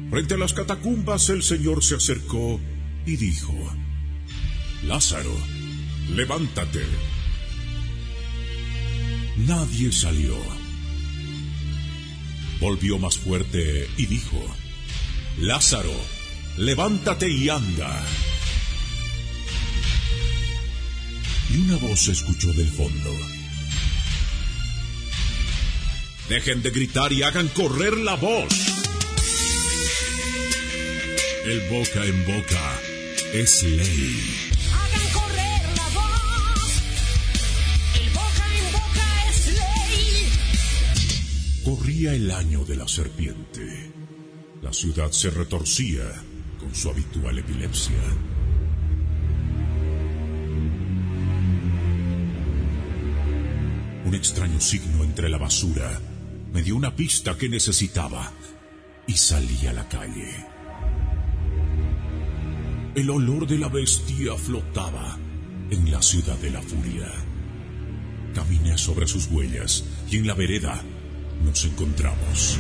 Frente a las catacumbas el Señor se acercó y dijo: Lázaro, levántate. Nadie salió. Volvió más fuerte y dijo: Lázaro, levántate y anda. Y una voz se escuchó del fondo: Dejen de gritar y hagan correr la voz. El boca en boca es ley. Hagan correr la voz. El boca en boca es ley. Corría el año de la serpiente. La ciudad se retorcía con su habitual epilepsia. Un extraño signo entre la basura me dio una pista que necesitaba y salí a la calle. El olor de la bestia flotaba en la ciudad de la furia. Caminé sobre sus huellas y en la vereda nos encontramos.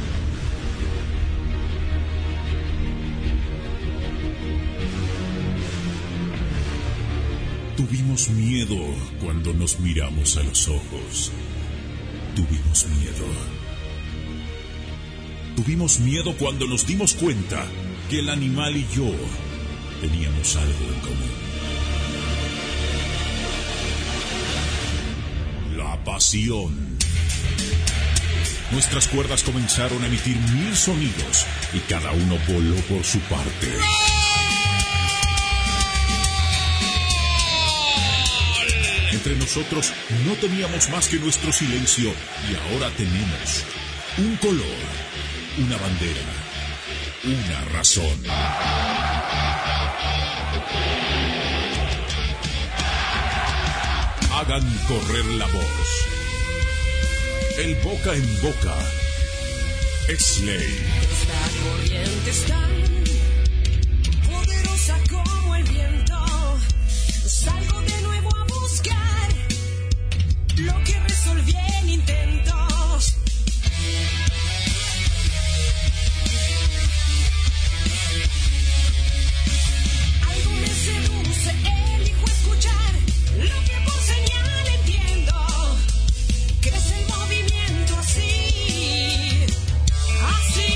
Tuvimos miedo cuando nos miramos a los ojos. Tuvimos miedo. Tuvimos miedo cuando nos dimos cuenta que el animal y yo teníamos algo en común. La pasión. Nuestras cuerdas comenzaron a emitir 1000 sonidos y cada uno voló por su parte. Entre nosotros no teníamos más que nuestro silencio y ahora tenemos un color, una bandera, una razón. Hagan correr la voz. El boca en boca es ley. Esta corriente es tan poderosa como el viento. Salgo de nuevo a buscar lo que resolví en intentos. Algo me seduce, elijo escuchar lo que por señal entiendo. Crece el movimiento así, así.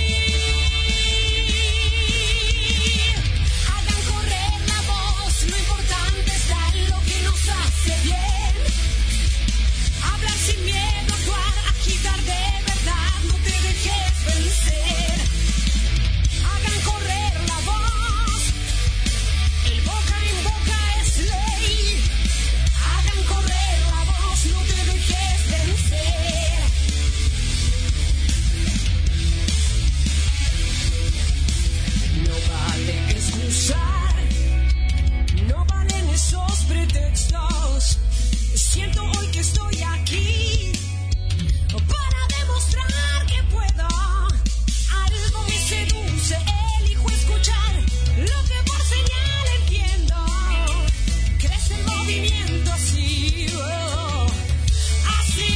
Hagan correr la voz, lo importante está en lo que nos hace bien. Hablar sin miedo, actuar, agitar de verdad, no te dejes vencer. Hagan correr la voz, el boca en boca es ley. Hagan correr la voz, no te dejes vencer. No vale excusar, no valen esos pretextos. Siento hoy que estoy aquí para demostrar que puedo. Algo me seduce, elijo escuchar lo que por señal entiendo. Crece el movimiento así, oh, así.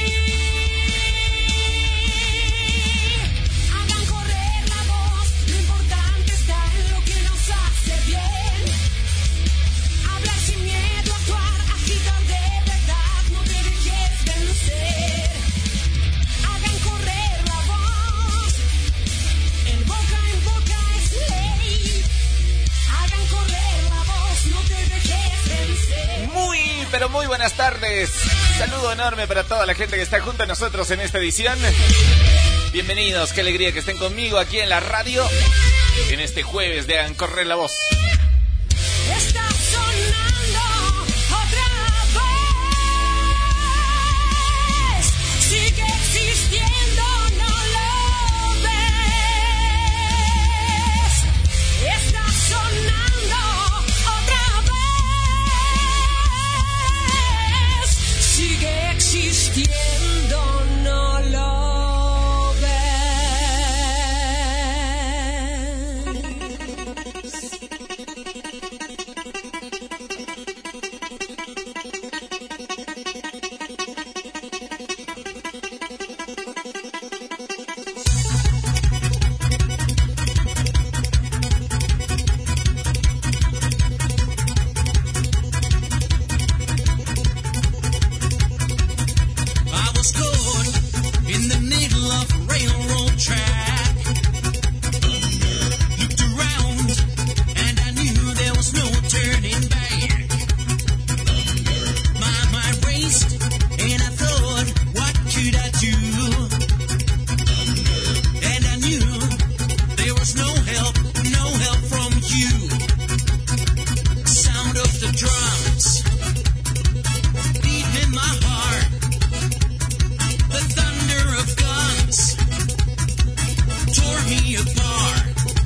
Hagan correr la voz, lo importante está en lo que nos hace bien. Hablar sin miedo, actuar, agitar de verdad, no te dejes vencer. Hagan correr la voz, el boca en boca es ley. Hagan correr la voz, no te dejes vencer. Muy, pero muy buenas tardes. Saludo enorme para toda la gente que está junto a nosotros en esta edición. Bienvenidos, qué alegría que estén conmigo aquí en la radio en este jueves de Hagan Correr la Voz. Está sonando otra vez. Sigue existiendo, no lo ves. Está sonando otra vez. Sigue existiendo, no lo ves. railroad track. Looked around and I knew there was no turning back. My mind raced and I thought, what could I do? And I knew there was no help from you. Sound of the drums beating in my heart. The thunder of guns tore me apart.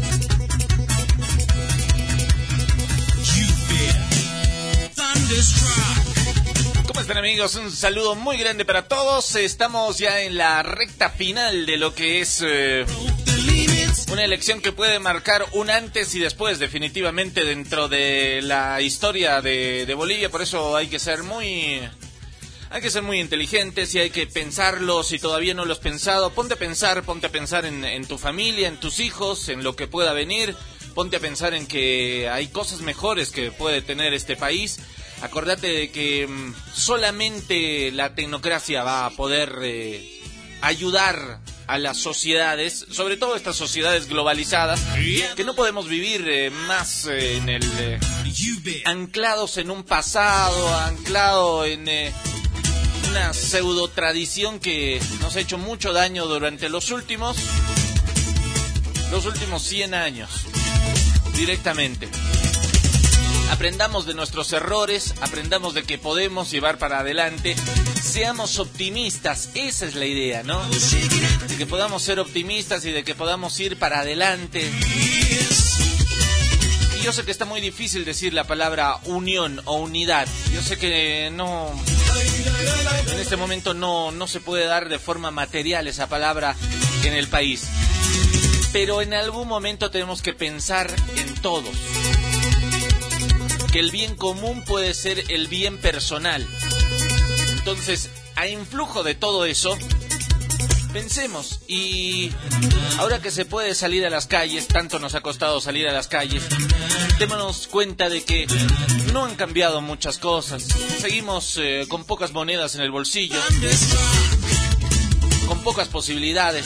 You've been thunderstruck. ¿Cómo están, amigos? Un saludo muy grande para todos. Estamos ya en la recta final de lo que es una elección que puede marcar un antes y después, definitivamente, dentro de la historia de Bolivia. Por eso hay que ser muy inteligentes y hay que pensarlo. Si todavía no lo has pensado, ponte a pensar en tu familia, en tus hijos, en lo que pueda venir. Ponte a pensar en que hay cosas mejores que puede tener este país. Acordate de que solamente la tecnocracia va a poder ayudar a las sociedades, sobre todo estas sociedades globalizadas, que no podemos vivir más en el anclados en un pasado, anclado en una pseudo tradición que nos ha hecho mucho daño durante los últimos 100 años, directamente. Aprendamos de nuestros errores, aprendamos de que podemos llevar para adelante, seamos optimistas, esa es la idea, ¿no? De que podamos ser optimistas y de que podamos ir para adelante. Y yo sé que está muy difícil decir la palabra unión o unidad, yo sé que no, en este momento no se puede dar de forma material esa palabra en el país, pero en algún momento tenemos que pensar en todos. Que el bien común puede ser el bien personal. Entonces, a influjo de todo eso, pensemos. Y ahora que se puede salir a las calles, tanto nos ha costado salir a las calles, démonos cuenta de que no han cambiado muchas cosas. Seguimos con pocas monedas en el bolsillo, con pocas posibilidades,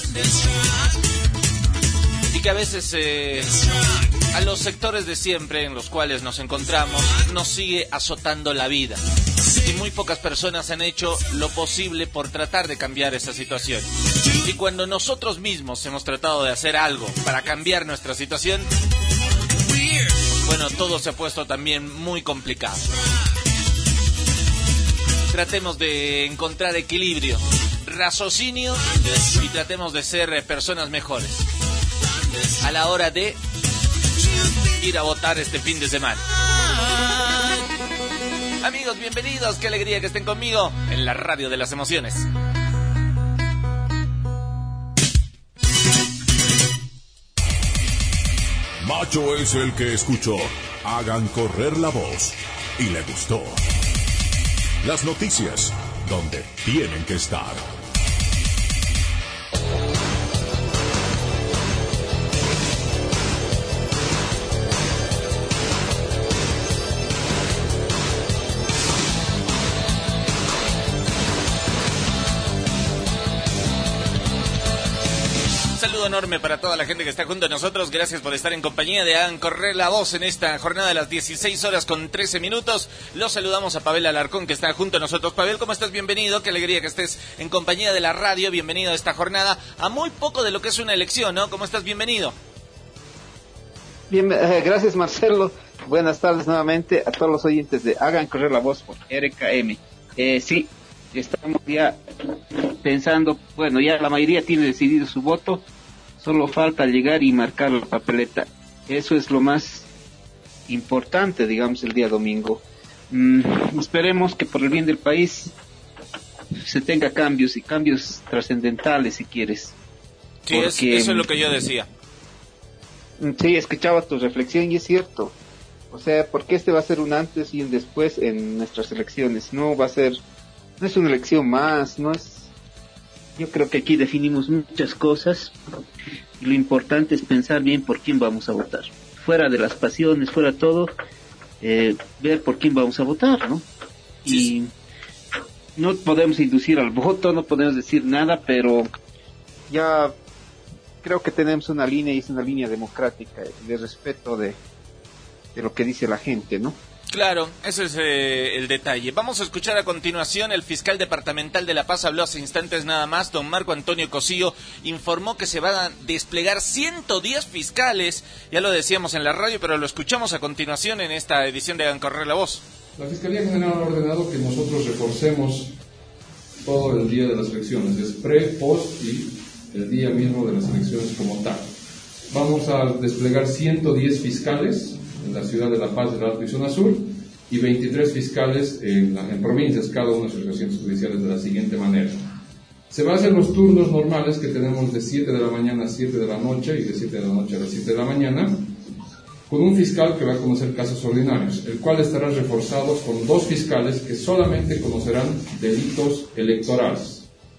y que a veces a los sectores de siempre en los cuales nos encontramos nos sigue azotando la vida, y muy pocas personas han hecho lo posible por tratar de cambiar esa situación. Y cuando nosotros mismos hemos tratado de hacer algo para cambiar nuestra situación, bueno, todo se ha puesto también muy complicado. Tratemos de encontrar equilibrio, raciocinio, y tratemos de ser personas mejores a la hora de ir a votar este fin de semana. Amigos, bienvenidos, qué alegría que estén conmigo en la radio de las emociones. Macho es el que escuchó Hagan Correr la Voz y le gustó. Las noticias donde tienen que estar. Enorme para toda la gente que está junto a nosotros. Gracias por estar en compañía de Hagan Correr la Voz en esta jornada de las 16 horas con 13 minutos. Los saludamos a Pavel Alarcón, que está junto a nosotros. Pavel, ¿cómo estás? Bienvenido, qué alegría que estés en compañía de la radio. Bienvenido a esta jornada, a muy poco de lo que es una elección, ¿no? ¿Cómo estás? Bienvenido. Bien, gracias, Marcelo. Buenas tardes nuevamente a todos los oyentes de Hagan Correr la Voz por RKM. Sí, estamos ya pensando, bueno, ya la mayoría tiene decidido su voto. Solo falta llegar y marcar la papeleta. Eso es lo más importante, digamos, el día domingo. Esperemos que por el bien del país se tenga cambios, y cambios trascendentales, si quieres. Sí, porque, eso es lo que yo decía. Sí, escuchaba tu reflexión y es cierto. O sea, porque este va a ser un antes y un después en nuestras elecciones. No es una elección más, no es... Yo creo que aquí definimos muchas cosas y lo importante es pensar bien por quién vamos a votar. Fuera de las pasiones, fuera de todo, ver por quién vamos a votar, ¿no? Y no podemos inducir al voto, no podemos decir nada, pero ya creo que tenemos una línea y es una línea democrática de respeto de lo que dice la gente, ¿no? Claro, ese es el detalle. Vamos a escuchar a continuación. El fiscal departamental de La Paz habló hace instantes nada más. Don Marco Antonio Cosío informó que se van a desplegar 110 fiscales. Ya lo decíamos en la radio, pero lo escuchamos a continuación en esta edición de Hagan Correr la Voz. La Fiscalía General ha ordenado que nosotros reforcemos todo el día de las elecciones, es pre, post y el día mismo de las elecciones como tal. Vamos a desplegar 110 fiscales en la ciudad de La Paz, del Alto y Zona Sur, y 23 fiscales en provincias, cada uno de sus recintos judiciales, de la siguiente manera. Se va a hacer los turnos normales que tenemos de 7 de la mañana a 7 de la noche y de 7 de la noche a las 7 de la mañana, con un fiscal que va a conocer casos ordinarios, el cual estará reforzado con 2 fiscales que solamente conocerán delitos electorales.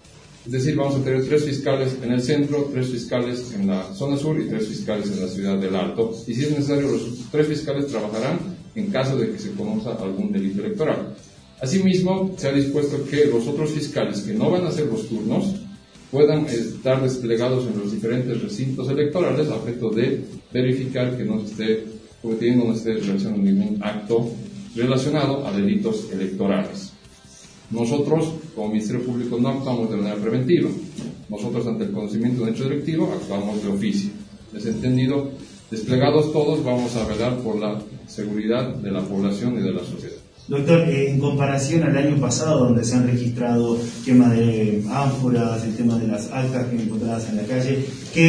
Es decir, vamos a tener 3 fiscales en el centro, 3 fiscales en la zona sur y 3 fiscales en la ciudad del Alto. Y si es necesario, los 3 fiscales trabajarán en caso de que se conozca algún delito electoral. Asimismo, se ha dispuesto que los otros fiscales que no van a hacer los turnos puedan estar desplegados en los diferentes recintos electorales a objeto de verificar que no se esté cometiendo, no se esté realizando ningún acto relacionado a delitos electorales. Nosotros, como Ministerio Público, no actuamos de manera preventiva. Nosotros, ante el conocimiento de un hecho delictivo, actuamos de oficio. Es entendido, desplegados todos, vamos a velar por la seguridad de la población y de la sociedad. Doctor, en comparación al año pasado, donde se han registrado quema de ánforas, el tema de las alcas que encontradas en la calle,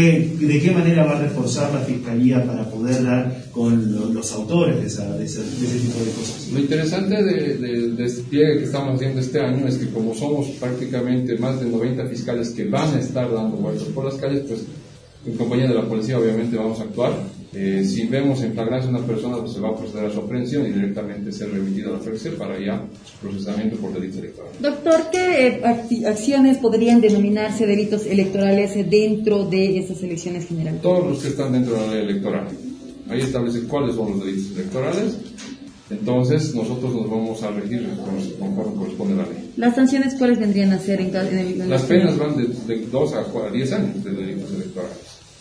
¿de qué manera va a reforzar la Fiscalía para poder dar con los autores de ese tipo de cosas? Lo interesante de este despliegue que estamos haciendo este año es que como somos prácticamente más de 90 fiscales que van a estar dando vueltas por las calles, pues en compañía de la policía obviamente vamos a actuar. Si vemos en flagrancia una persona, pues se va a proceder a su aprehensión y directamente ser remitido a la FERCE para ya su procesamiento por delitos electorales. Doctor, ¿qué acciones podrían denominarse delitos electorales dentro de esas elecciones generales? Todos los que están dentro de la ley electoral. Ahí establece cuáles son los delitos electorales. Entonces nosotros nos vamos a regir conforme corresponde a la ley. ¿Las sanciones cuáles vendrían a ser en Las penas van de 2 a 10 años de delitos electorales.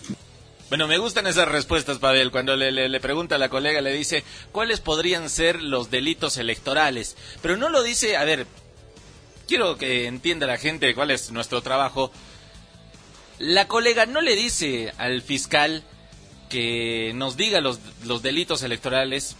Bueno, me gustan esas respuestas, Pavel. Cuando le pregunta a la colega, le dice, ¿cuáles podrían ser los delitos electorales? Pero no lo dice, a ver, quiero que entienda la gente cuál es nuestro trabajo. La colega no le dice al fiscal que nos diga los delitos electorales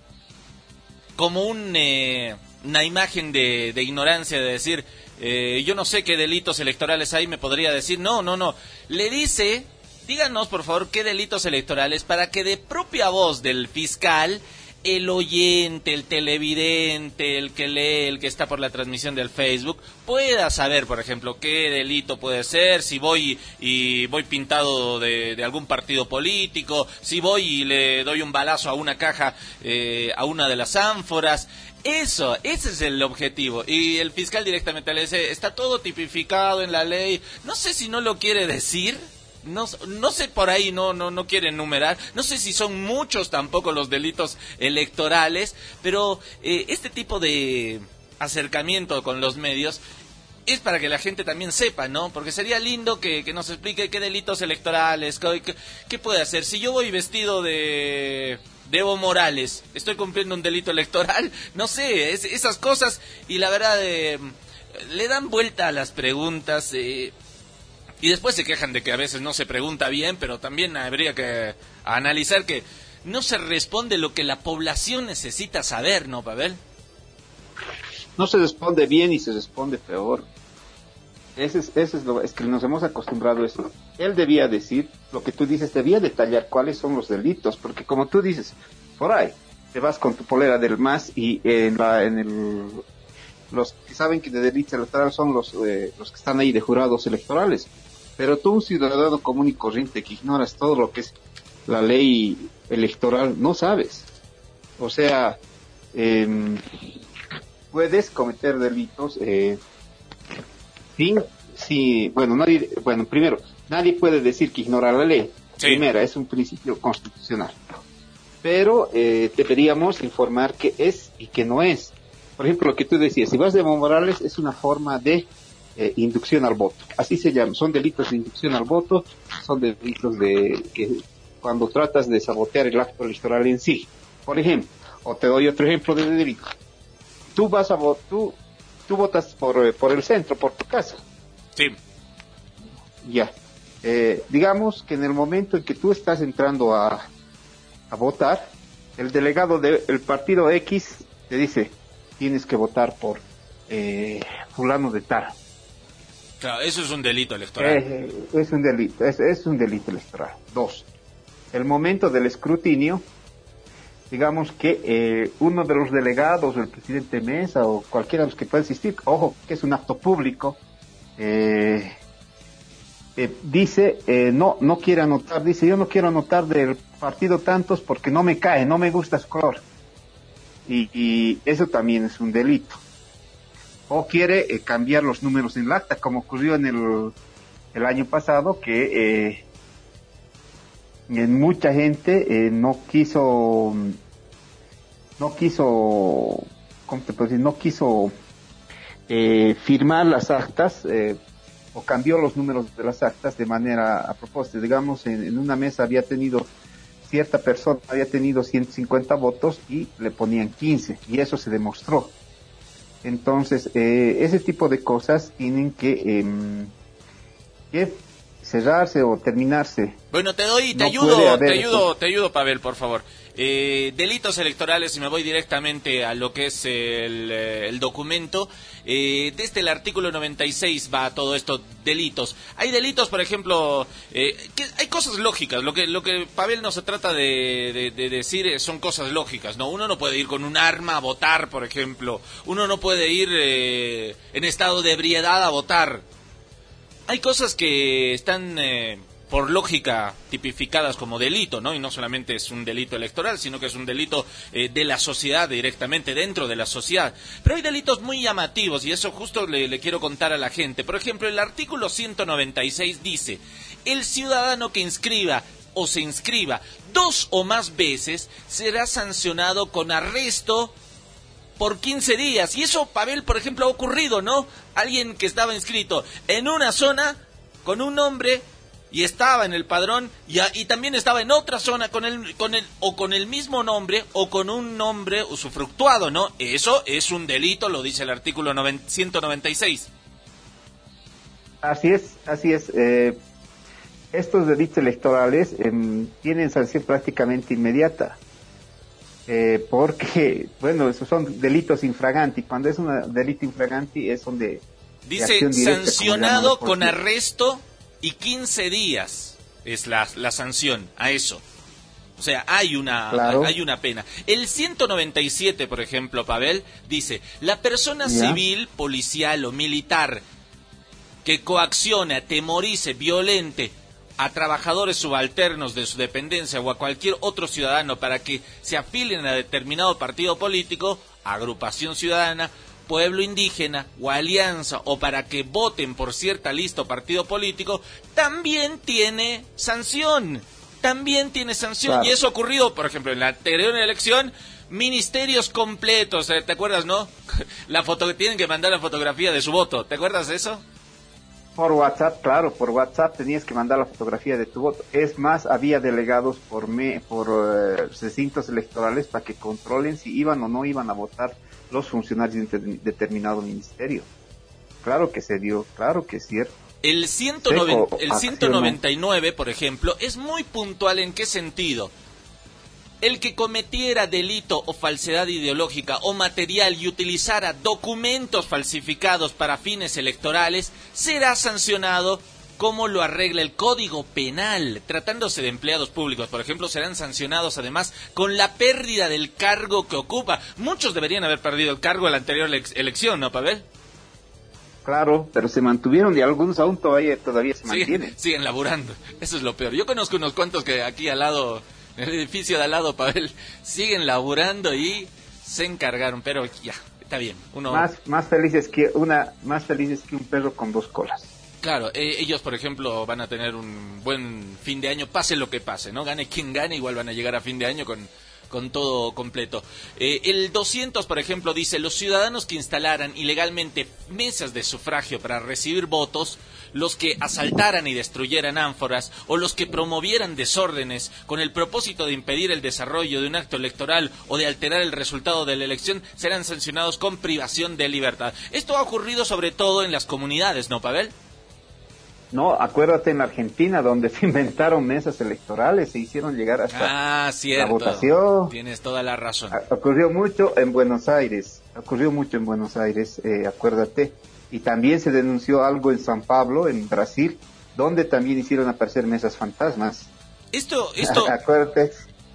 como una imagen de ignorancia, de decir, yo no sé qué delitos electorales hay, me podría decir, no. Le dice... Díganos, por favor, qué delitos electorales para que de propia voz del fiscal, el oyente, el televidente, el que lee, el que está por la transmisión del Facebook, pueda saber, por ejemplo, qué delito puede ser, si voy pintado de algún partido político, si voy y le doy un balazo a una caja, a una de las ánforas. Ese es el objetivo. Y el fiscal directamente le dice, está todo tipificado en la ley. No sé si no lo quiere decir. No sé, por ahí no quiere enumerar, no sé si son muchos tampoco los delitos electorales, pero este tipo de acercamiento con los medios es para que la gente también sepa, ¿no? Porque sería lindo que nos explique qué delitos electorales, qué puede hacer. Si yo voy vestido de Evo Morales, ¿estoy cumpliendo un delito electoral? No sé, esas cosas, y la verdad le dan vuelta a las preguntas, y después se quejan de que a veces no se pregunta bien, pero también habría que analizar que no se responde lo que la población necesita saber, ¿no, Pavel? No se responde bien y se responde peor. Es que nos hemos acostumbrado a eso. Él debía decir lo que tú dices, debía detallar cuáles son los delitos, porque como tú dices, por ahí te vas con tu polera del MAS y los que saben que de delito electoral son los que están ahí de jurados electorales. Pero tú, un ciudadano común y corriente que ignoras todo lo que es la ley electoral, no sabes. O sea, puedes cometer delitos primero, nadie puede decir que ignora la ley. Sí. Primera, es un principio constitucional. Pero deberíamos informar qué es y qué no es. Por ejemplo, lo que tú decías, si vas de Evo Morales es una forma de inducción al voto. Así se llaman, son delitos de inducción al voto, son delitos de que cuando tratas de sabotear el acto electoral en sí. Por ejemplo, o te doy otro ejemplo de delito. Tú vas a tú votas por el centro, por tu casa. Sí. Ya. Digamos que en el momento en que tú estás entrando a votar, el delegado del partido X te dice, tienes que votar por fulano de tal. Claro, eso es un delito electoral. Es un delito, es un delito electoral. 2. El momento del escrutinio, digamos que uno de los delegados, el presidente Mesa o cualquiera de los que pueda asistir, ojo, que es un acto público, dice, no quiere anotar, dice, yo no quiero anotar del partido tantos porque no me cae, no me gusta su color. Y eso también es un delito. O quiere cambiar los números en el acta, como ocurrió en el año pasado, que mucha gente no quiso, ¿cómo te puedo decir? No quiso firmar las actas, o cambió los números de las actas de manera a propósito. Digamos, en una mesa cierta persona había tenido 150 votos y le ponían 15, y eso se demostró. Entonces, ese tipo de cosas tienen que cerrarse o terminarse. Bueno, te ayudo, Pavel, por favor. Delitos electorales, y me voy directamente a lo que es el documento. Desde el artículo 96 va todo esto, delitos. Hay delitos, por ejemplo, que hay cosas lógicas. Lo que Pavel nos trata de decir son cosas lógicas, ¿no? Uno no puede ir con un arma a votar, por ejemplo. Uno no puede ir en estado de ebriedad a votar. Hay cosas que están por lógica tipificadas como delito, ¿no? Y no solamente es un delito electoral, sino que es un delito de la sociedad directamente, dentro de la sociedad. Pero hay delitos muy llamativos, y eso justo le quiero contar a la gente. Por ejemplo, el artículo 196 dice: el ciudadano que inscriba o se inscriba 2 o más veces será sancionado con arresto por 15 días. Y eso, Pavel, por ejemplo, ha ocurrido, ¿no? Alguien que estaba inscrito en una zona con un nombre y estaba en el padrón, y también estaba en otra zona con el mismo nombre o con un nombre usufructuado, ¿no? Eso es un delito, lo dice el artículo 196. Así es. Estos delitos electorales tienen sanción prácticamente inmediata. Porque, bueno, esos son delitos infraganti. Cuando es un delito infraganti es donde... Dice sancionado con arresto y 15 días es la sanción a eso. O sea, hay una pena. El 197, por ejemplo, Pavel, dice: la persona civil, policial o militar que coaccione, atemorice, violente a trabajadores subalternos de su dependencia o a cualquier otro ciudadano para que se afilien a determinado partido político, agrupación ciudadana, pueblo indígena o alianza, o para que voten por cierta lista o partido político, también tiene sanción. Claro. Y eso ha ocurrido, por ejemplo, en la anterior elección, ministerios completos, ¿te acuerdas, no? La foto que tienen que mandar la fotografía de su voto, ¿te acuerdas de eso? Por WhatsApp, claro, por WhatsApp tenías que mandar la fotografía de tu voto. Es más, había delegados por recintos electorales para que controlen si iban o no iban a votar los funcionarios de determinado ministerio. Claro que se dio, claro que es cierto. El 199, por ejemplo, es muy puntual. ¿En qué sentido? El que cometiera delito o falsedad ideológica o material y utilizara documentos falsificados para fines electorales será sancionado como lo arregla el Código Penal. Tratándose de empleados públicos, por ejemplo, serán sancionados además con la pérdida del cargo que ocupa. Muchos deberían haber perdido el cargo en la anterior elección, ¿no, Pavel? Claro, pero se mantuvieron y algunos aún todavía se mantienen. Siguen laburando, eso es lo peor. Yo conozco unos cuantos que aquí al lado, en el edificio de al lado, Pavel, siguen laburando y se encargaron, pero ya, está bien. Más felices que un perro con 2 colas. Claro, ellos, por ejemplo, van a tener un buen fin de año, pase lo que pase, ¿no? Gane quien gane, igual van a llegar a fin de año con todo completo. El 200, por ejemplo, dice: los ciudadanos que instalaran ilegalmente mesas de sufragio para recibir votos, los que asaltaran y destruyeran ánforas o los que promovieran desórdenes con el propósito de impedir el desarrollo de un acto electoral o de alterar el resultado de la elección serán sancionados con privación de libertad. Esto ha ocurrido sobre todo en las comunidades, ¿no, Pavel? No, acuérdate en Argentina, donde se inventaron mesas electorales, se hicieron llegar hasta cierto. la votación. Tienes toda la razón. Ocurrió mucho en Buenos Aires, acuérdate. Y también se denunció algo en San Pablo, en Brasil, donde también hicieron aparecer mesas fantasmas. Esto, acuérdate.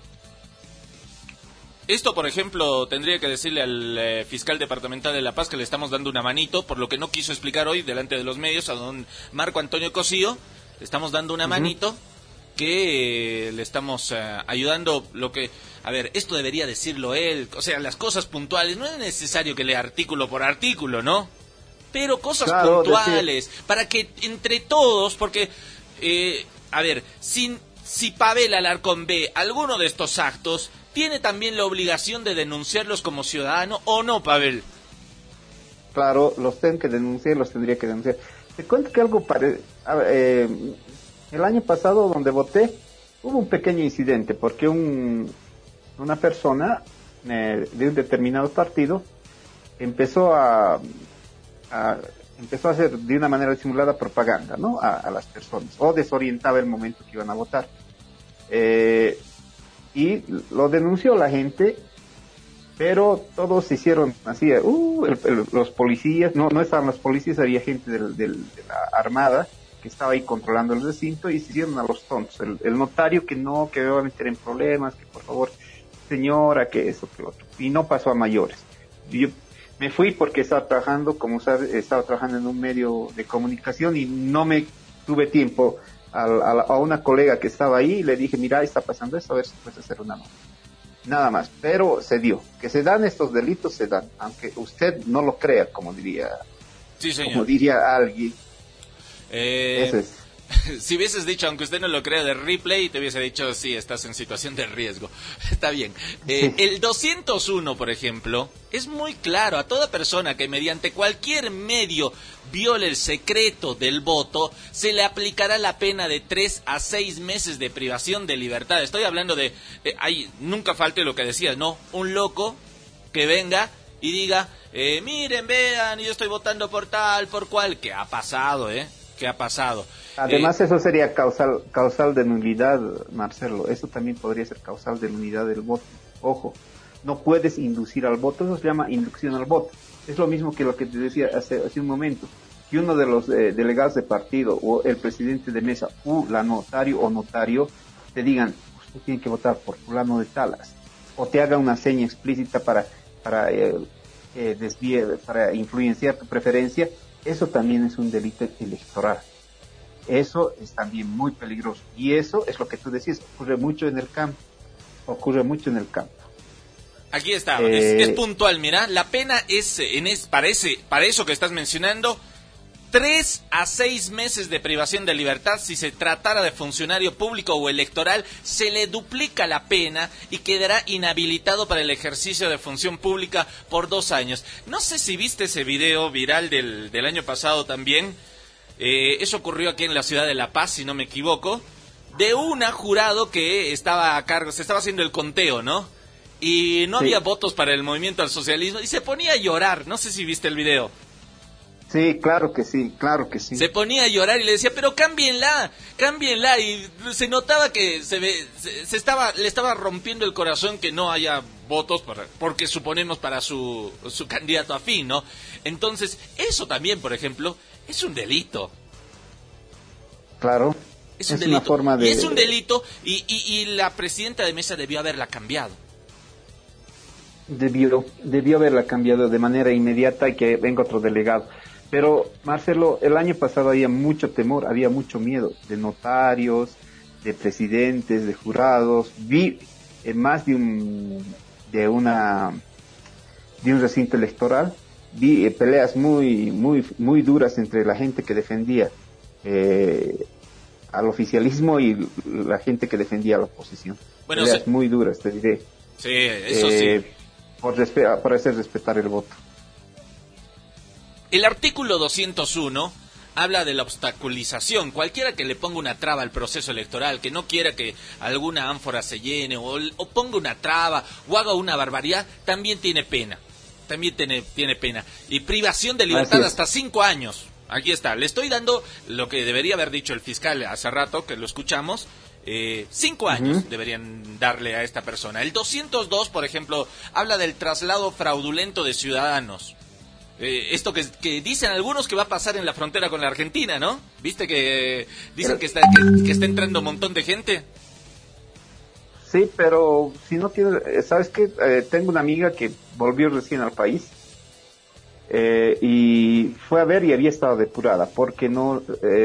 Esto, por ejemplo, tendría que decirle al fiscal departamental de La Paz que le estamos dando una manito, por lo que no quiso explicar hoy delante de los medios, a don Marco Antonio Cosío. Le estamos dando una manito que le estamos ayudando. A ver, esto debería decirlo él, o sea, las cosas puntuales. No es necesario que lea artículo por artículo, ¿no? Pero cosas puntuales, para que entre todos, porque, a ver, si Pavel Alarcón ve alguno de estos actos, ¿tiene también la obligación de denunciarlos como ciudadano o no, Pavel? Claro, los tendría que denunciar. Te cuento que algo el año pasado donde voté, hubo un pequeño incidente, porque una persona de un determinado partido empezó a hacer de una manera disimulada propaganda, ¿no? A las personas, o desorientaba el momento que iban a votar. Y lo denunció la gente, pero todos se hicieron así, los policías, no estaban los policías, había gente de la Armada que estaba ahí controlando el recinto, y se hicieron a los tontos. El notario que me va a meter en problemas, que por favor, señora, que eso, que lo otro, y no pasó a mayores. Yo me fui porque estaba trabajando, como sabes, en un medio de comunicación y no me tuve tiempo. A una colega que estaba ahí y le dije: mira, está pasando esto, a ver si puedes hacer una nota. Nada más, pero se dio. Que se dan estos delitos, se dan, aunque usted no lo crea, como diría alguien. Eso es. Si hubieses dicho, aunque usted no lo crea, de Ripley, te hubiese dicho: sí, estás en situación de riesgo. Está bien. El 201, por ejemplo, es muy claro: a toda persona que mediante cualquier medio viole el secreto del voto, se le aplicará la pena de 3 a 6 meses de privación de libertad. Estoy hablando de... nunca falte lo que decías, ¿no? Un loco que venga y diga: miren, vean, yo estoy votando por tal, por cual. ¿Qué ha pasado, ¿Qué ha pasado? Además, eso sería causal de nulidad, Marcelo. Eso también podría ser causal de nulidad del voto. Ojo, no puedes inducir al voto, eso se llama inducción al voto. Es lo mismo que lo que te decía hace un momento, que uno de los delegados de partido o el presidente de mesa la notario o notario te digan: usted tiene que votar por fulano de talas, o te haga una seña explícita para influenciar tu preferencia. Eso también es un delito electoral. Eso es también muy peligroso. Y eso es lo que tú decías, ocurre mucho en el campo. Aquí está, es puntual, mira, la pena es para eso que estás mencionando, 3 a 6 meses de privación de libertad. Si se tratara de funcionario público o electoral, se le duplica la pena y quedará inhabilitado para el ejercicio de función pública por 2 años. No sé si viste ese video viral del año pasado también. Eso ocurrió aquí en la ciudad de La Paz, si no me equivoco, de una jurado que estaba a cargo, se estaba haciendo el conteo, ¿no? Y no había votos para el movimiento al socialismo y se ponía a llorar. No sé si viste el video. Sí, claro que sí. Se ponía a llorar y le decía: pero cámbienla, y se notaba que le estaba rompiendo el corazón que no haya votos porque suponemos para su candidato afín, ¿no? Entonces, eso también, por ejemplo, es un delito. Claro. Es un delito. Una forma de... Y es un delito y la presidenta de mesa debió haberla cambiado. Debió haberla cambiado de manera inmediata y que venga otro delegado. Pero, Marcelo, el año pasado había mucho temor, había mucho miedo de notarios, de presidentes, de jurados. Vi más de un recinto electoral, vi peleas muy duras entre la gente que defendía al oficialismo y la gente que defendía a la oposición. Peleas muy duras, te diré. Sí, eso sí. Por hacer respetar el voto. El artículo 201 habla de la obstaculización. Cualquiera que le ponga una traba al proceso electoral, que no quiera que alguna ánfora se llene o ponga una traba o haga una barbaridad, también tiene pena. También tiene pena. Y privación de libertad hasta 5 años. Aquí está. Le estoy dando lo que debería haber dicho el fiscal hace rato, que lo escuchamos. 5 años deberían darle a esta persona. El 202, por ejemplo, habla del traslado fraudulento de ciudadanos. Esto que dicen algunos que va a pasar en la frontera con la Argentina, ¿no? ¿Viste que dicen que está entrando un montón de gente? Sí, pero si no tiene... ¿Sabes qué? Tengo una amiga que volvió recién al país y fue a ver y había estado depurada porque no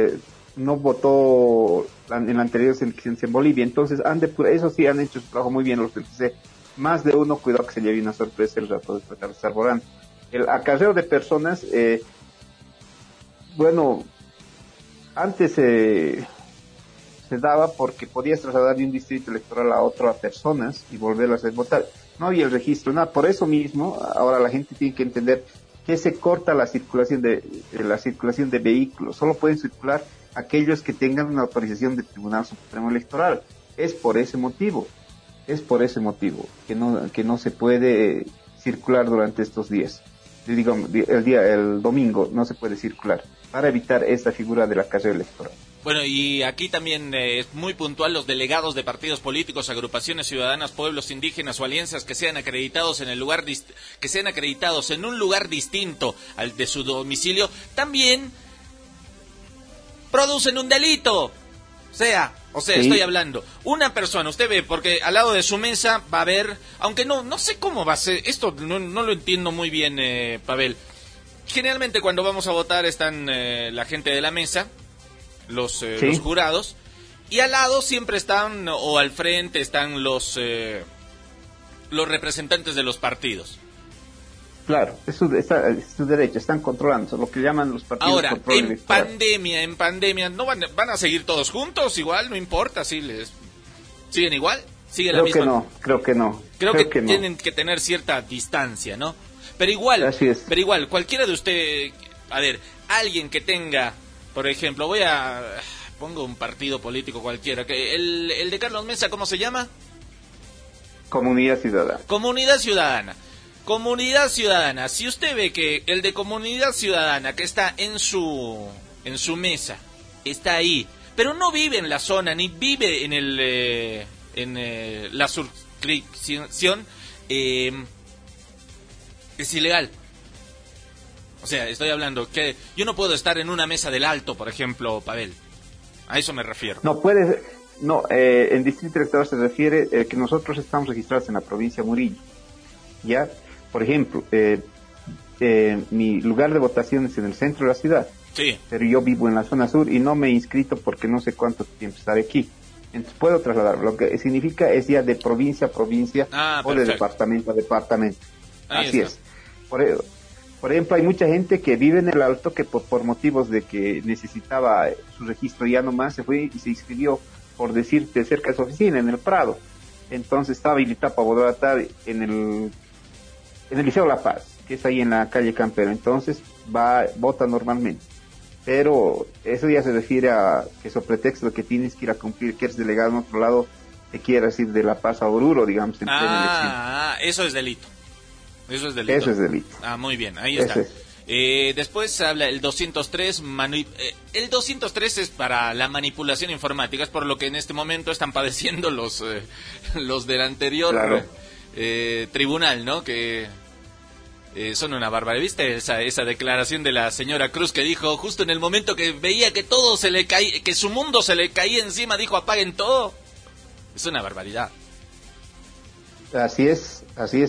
votó en la anterior elecciones en Bolivia. Entonces, eso sí, han hecho su trabajo muy bien los del TC. Más de uno, cuidado que se lleve una sorpresa el rato de estar volando. El acarreo de personas, antes se daba porque podías trasladar de un distrito electoral a otro a personas y volverlas a votar. No había el registro, nada. Por eso mismo, ahora la gente tiene que entender que se corta la circulación de vehículos. Solo pueden circular aquellos que tengan una autorización del Tribunal Supremo Electoral. Es por ese motivo que no se puede circular durante estos días. El domingo no se puede circular para evitar esta figura de la carrera electoral. Bueno, y aquí también es muy puntual: los delegados de partidos políticos, agrupaciones ciudadanas, pueblos indígenas o alianzas que sean acreditados en un lugar distinto al de su domicilio también producen un delito. O sea, sí. Estoy hablando, una persona, usted ve, porque al lado de su mesa va a haber, aunque no sé cómo va a ser, esto no lo entiendo muy bien, Pavel. Generalmente cuando vamos a votar están la gente de la mesa, los jurados, y al lado siempre están, o al frente están los representantes de los partidos. Claro, es su derecho, están controlando, lo que llaman los partidos. Ahora, en pandemia, ¿no van a seguir todos juntos? Igual, no importa, ¿siguen igual? ¿Sigue la misma? Creo que no. Creo que tienen que tener cierta distancia, ¿no? Pero igual, cualquiera de usted, a ver, alguien que tenga, por ejemplo, pongo un partido político cualquiera, que el de Carlos Mesa, ¿cómo se llama? Comunidad Ciudadana. Si usted ve que el de Comunidad Ciudadana que está en su mesa está ahí, pero no vive en la zona ni vive en la suscripción, es ilegal. O sea, estoy hablando que yo no puedo estar en una mesa del Alto, por ejemplo, Pavel. A eso me refiero. En distrito electoral se refiere que nosotros estamos registrados en la provincia de Murillo, ¿ya? Por ejemplo, mi lugar de votación es en el centro de la ciudad, sí, pero yo vivo en la zona sur y no me he inscrito porque no sé cuánto tiempo estaré aquí. Entonces puedo trasladarlo. Lo que significa es ya de provincia a provincia o de departamento a departamento. Así es. Por ejemplo, hay mucha gente que vive en el Alto que por motivos de que necesitaba su registro ya nomás se fue y se inscribió, por decirte, cerca de su oficina, en el Prado. Entonces estaba habilitado para votar en el Liceo La Paz, que es ahí en la calle Campero. Entonces vota normalmente. Pero eso ya se refiere a que sobre pretexto que tienes que ir a cumplir, que eres delegado en otro lado, te quieras ir de La Paz a Oruro, digamos, en plena elección. Eso es delito. Eso es delito. Muy bien, ahí está. Después habla el 203. El 203 es para la manipulación informática, es por lo que en este momento están padeciendo los del anterior tribunal, ¿no? Que son una barbaridad. ¿Viste esa declaración de la señora Cruz que dijo justo en el momento que veía que todo se le caía, que su mundo se le caía encima, dijo apaguen todo? Es una barbaridad. Así es.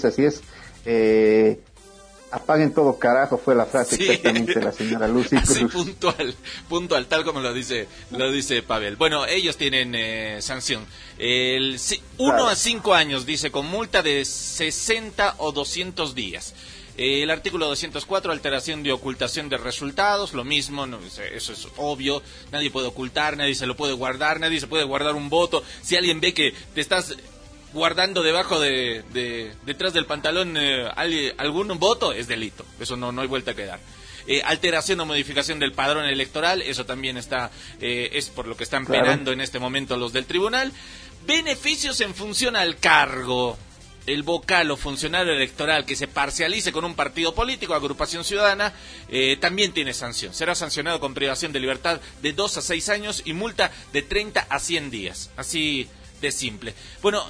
Apaguen todo, carajo, fue la frase exactamente de la señora Lucy Cruz. Así puntual, tal como lo dice Pavel. Bueno, ellos tienen sanción. 1 a 5 años, dice, con multa de 60 o 200 días. El artículo 204, alteración de ocultación de resultados, lo mismo, eso es obvio, nadie puede ocultar, nadie se lo puede guardar, nadie se puede guardar un voto. Si alguien ve que te estás guardando debajo detrás del pantalón algún voto, es delito. Eso no hay vuelta que dar. Alteración o modificación del padrón electoral, eso también está es por lo que están penando en este momento los del tribunal. Beneficios en función al cargo. El vocal o funcionario electoral que se parcialice con un partido político, agrupación ciudadana, también tiene sanción. Será sancionado con privación de libertad de 2 a 6 años y multa de 30 a 100 días. Así de simple. Bueno,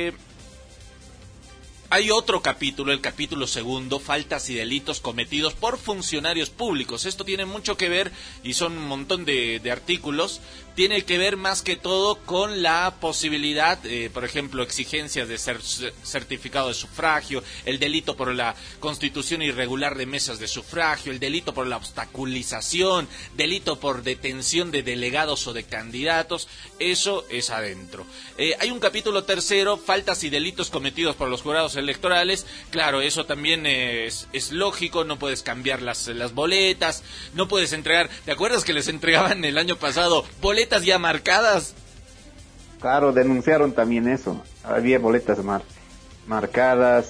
hay otro capítulo, el capítulo 2, faltas y delitos cometidos por funcionarios públicos. Esto tiene mucho que ver, y son un montón de artículos, tiene que ver más que todo con la posibilidad, por ejemplo, exigencias de certificado de sufragio, el delito por la constitución irregular de mesas de sufragio, el delito por la obstaculización, delito por detención de delegados o de candidatos. Eso es adentro. Hay un capítulo 3, faltas y delitos cometidos por los jurados electorales. Claro, eso también es lógico, no puedes cambiar las boletas, no puedes entregar. ¿Te acuerdas que les entregaban el año pasado boletas ya marcadas? Claro, denunciaron también eso. Había boletas marcadas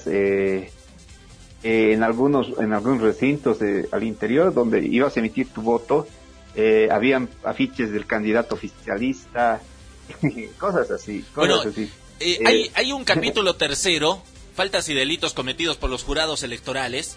en algunos recintos al interior donde ibas a emitir tu voto. Habían afiches del candidato oficialista, cosas así. Hay un capítulo 3, faltas y delitos cometidos por los jurados electorales,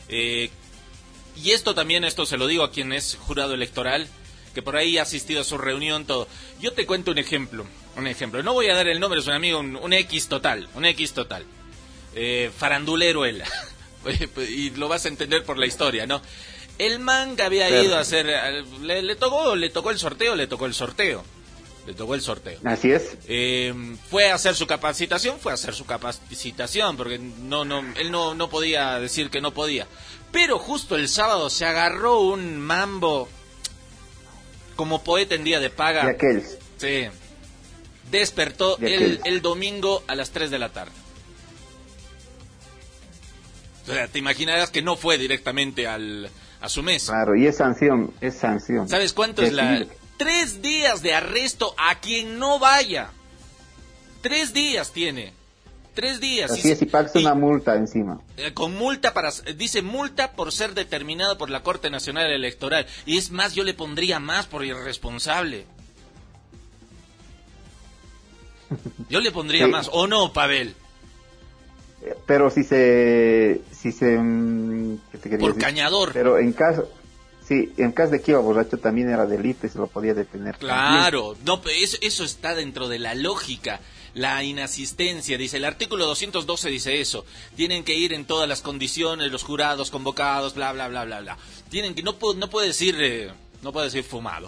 y esto se lo digo a quien es jurado electoral, que por ahí ha asistido a su reunión, todo. Yo te cuento un ejemplo, no voy a dar el nombre, es un amigo, un X total, farandulero él, y lo vas a entender por la historia, ¿no? El man que había ido a hacer, le tocó el sorteo. Así es. Fue a hacer su capacitación, porque él no podía decir que no podía. Pero justo el sábado se agarró un mambo como poeta en día de paga. De aquel. Sí. Despertó el domingo a las 3 de la tarde. O sea, te imaginarás que no fue directamente a su mesa. Claro, y es sanción. ¿Sabes cuánto es la...? 3 días de arresto a quien no vaya. 3 días tiene. 3 días. Así es, y pagas una multa encima. Con multa dice multa por ser determinado por la Corte Nacional Electoral. Y es más, yo le pondría más por irresponsable. Yo le pondría más, ¿o no, Pavel? Pero si se ¿qué te quería por decir? Cañador. Pero en caso de que iba borracho también era delito y se lo podía detener. Claro, no, eso está dentro de la lógica. La inasistencia, dice el artículo 212, dice eso. Tienen que ir en todas las condiciones los jurados convocados, bla, bla, bla, bla, bla. No puede decir fumado.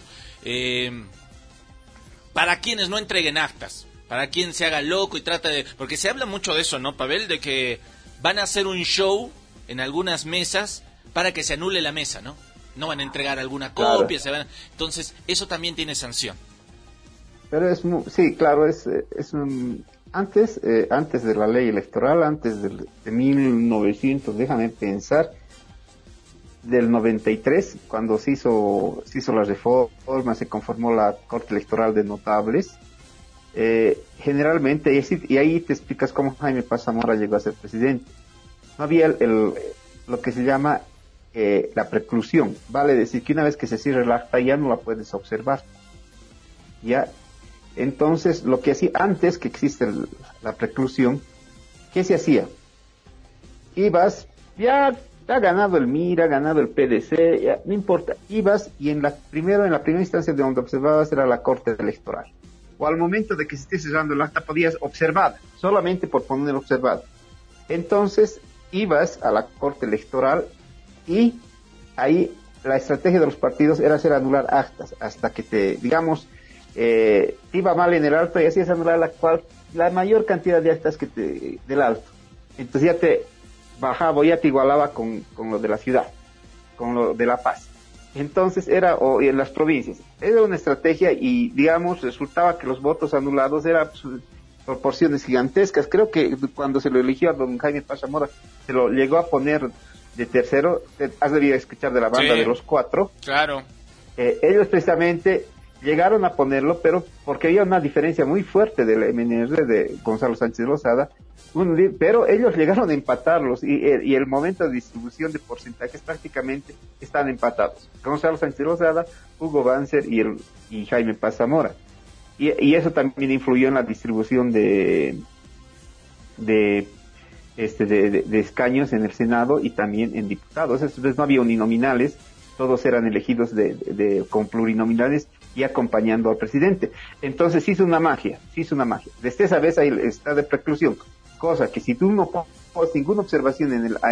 Para quienes no entreguen actas, para quien se haga loco y trata de... Porque se habla mucho de eso, ¿no, Pavel? De que van a hacer un show en algunas mesas para que se anule la mesa, ¿no? No van a entregar alguna copia, claro. Entonces, eso también tiene sanción. Pero sí, claro, antes de la ley electoral, antes de 1900, déjame pensar, del 93, cuando se hizo la reforma, se conformó la Corte Electoral de Notables, generalmente, y ahí te explicas cómo Jaime Paz Zamora llegó a ser presidente. No había lo que se llama la preclusión, vale decir que una vez que se cierra el acta ya no la puedes observar. Ya. Entonces, lo que hacía antes que existe la preclusión, ¿qué se hacía? Ibas, ya ha ganado el MIR, ha ganado el PDC, ya, no importa, ibas y en la primera instancia de donde observabas era la Corte Electoral. O al momento de que se esté cerrando el acta podías observar, solamente por poner observado. Entonces, ibas a la Corte Electoral y ahí la estrategia de los partidos era hacer anular actas, hasta que te iba mal en el alto y hacías anular la mayor cantidad de actas del alto. Entonces ya te bajaba, ya te igualaba con lo de la ciudad, con lo de La Paz. Entonces o en las provincias. Era una estrategia y, resultaba que los votos anulados eran proporciones gigantescas. Creo que cuando se lo eligió a don Jaime Paz Zamora, se lo llegó a poner de tercero. Has debido escuchar de la banda de los 4. Claro. Ellos precisamente llegaron a ponerlo, pero porque había una diferencia muy fuerte del MNR de Gonzalo Sánchez Lozada, pero ellos llegaron a empatarlos y el momento de distribución de porcentajes prácticamente están empatados. Gonzalo Sánchez Lozada, Hugo Banzer y Jaime Paz Zamora. Y eso también influyó en la distribución de escaños en el Senado y también en diputados. Entonces no había uninominales, todos eran elegidos con plurinominales y acompañando al presidente. Entonces hizo una magia. Desde esa vez ahí está de preclusión, cosa que si tú no pones ninguna observación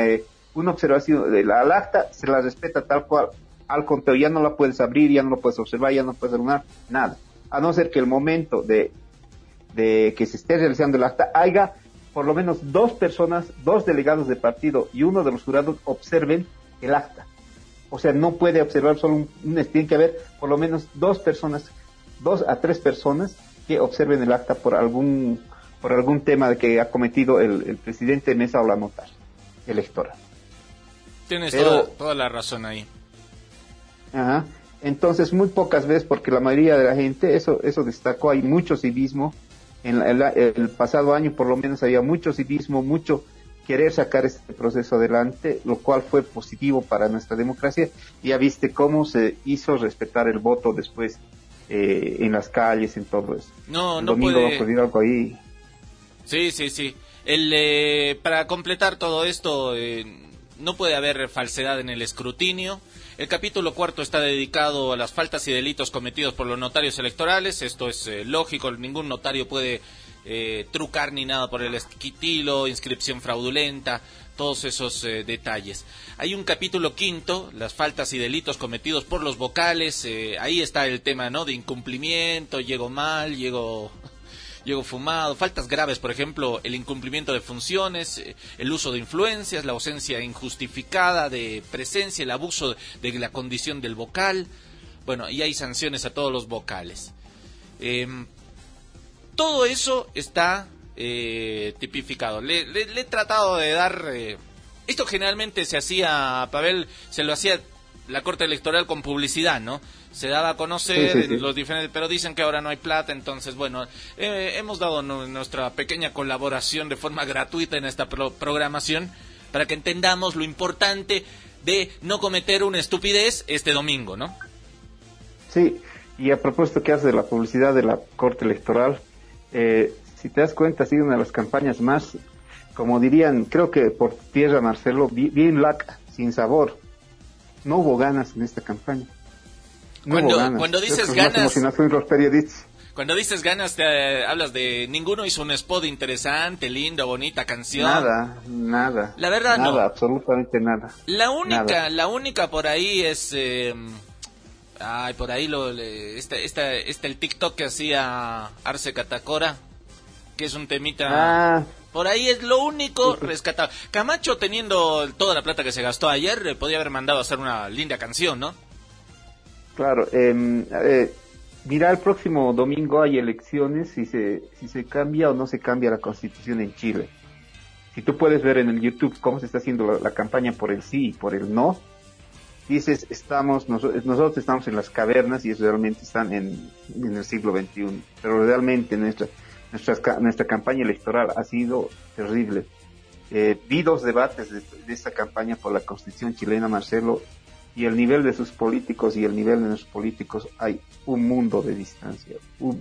al acta, se la respeta tal cual. Al conteo ya no la puedes abrir, ya no lo puedes observar, ya no puedes arruinar, nada. A no ser que el momento de que se esté realizando el acta haya por lo menos 2 personas, 2 delegados de partido y uno de los jurados observen el acta. O sea, no puede observar solo tiene que haber por lo menos 2 personas, 2 a 3 personas que observen el acta por algún tema que ha cometido el presidente Mesa o la notaria electoral. Tienes toda la razón ahí. Ajá. Entonces, muy pocas veces, porque la mayoría de la gente, eso destacó, hay mucho civismo. El pasado año, por lo menos, había mucho civismo, mucho querer sacar este proceso adelante, lo cual fue positivo para nuestra democracia. Ya viste cómo se hizo respetar el voto después en las calles, en todo eso. No domingo puede... va a ocurrir algo ahí. Sí. Para completar todo esto, no puede haber falsedad en el escrutinio. El capítulo 4 está dedicado a las faltas y delitos cometidos por los notarios electorales. Esto es lógico, ningún notario puede trucar ni nada por el estilo, inscripción fraudulenta, todos esos detalles. Hay un capítulo 5, las faltas y delitos cometidos por los vocales. Ahí está el tema, ¿no?, de incumplimiento, llego mal, llego fumado, faltas graves, por ejemplo, el incumplimiento de funciones, el uso de influencias, la ausencia injustificada de presencia, el abuso de la condición del vocal. Bueno, y hay sanciones a todos los vocales. Todo eso está tipificado. Le he tratado de dar... esto generalmente se hacía, Pavel, se lo hacía la Corte Electoral con publicidad, ¿no? Se daba a conocer sí. los diferentes, pero dicen que ahora no hay plata, entonces bueno, hemos dado nuestra pequeña colaboración de forma gratuita en esta programación para que entendamos lo importante de no cometer una estupidez este domingo, ¿no? Sí, y a propósito que hace de la publicidad de la Corte Electoral, si te das cuenta, ha sido una de las campañas más, como dirían, creo que por tierra, Marcelo, bien laca, sin sabor. No hubo ganas en esta campaña. Cuando dices ganas, los periodistas. Cuando dices ganas, hablas de ninguno hizo un spot interesante, lindo, bonita canción. Nada. La verdad nada, no. Absolutamente nada. La única por ahí es, por ahí está el TikTok que hacía Arce Catacora, que es un temita. Por ahí es lo único rescatado. Camacho, teniendo toda la plata que se gastó ayer, podía haber mandado a hacer una linda canción, ¿no? Claro, mira, el próximo domingo hay elecciones, si se cambia o no se cambia la Constitución en Chile. Si tú puedes ver en el YouTube cómo se está haciendo la campaña por el sí y por el no, dices, nosotros estamos en las cavernas y ellos realmente están en el siglo XXI, pero realmente nuestra campaña electoral ha sido terrible. Vi 2 debates de esta campaña por la Constitución chilena, Marcelo, y el nivel de sus políticos y el nivel de nuestros políticos, hay un mundo de distancia,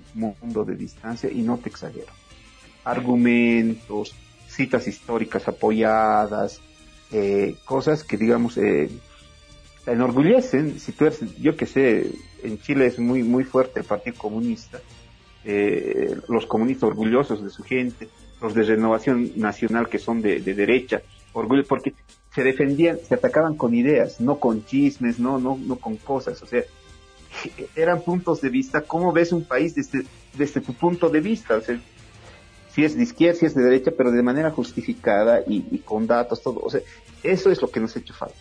y no te exagero. Argumentos, citas históricas apoyadas, cosas que, digamos, te enorgullecen. Si tú eres, yo que sé, en Chile es muy, muy fuerte el Partido Comunista, los comunistas orgullosos de su gente, los de Renovación Nacional que son de derecha, orgullo, porque se defendían, se atacaban con ideas, no con chismes, no con cosas, o sea, eran puntos de vista. ¿Cómo ves un país desde tu punto de vista? O sea, si es de izquierda, si es de derecha, pero de manera justificada y con datos, todo, o sea, eso es lo que nos ha hecho falta,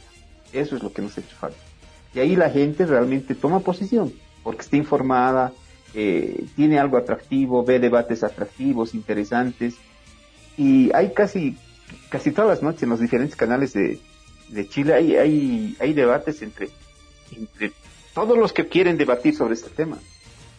y ahí la gente realmente toma posición, porque está informada, tiene algo atractivo, ve debates atractivos, interesantes, y hay casi todas las noches en los diferentes canales de Chile hay debates entre todos los que quieren debatir sobre este tema.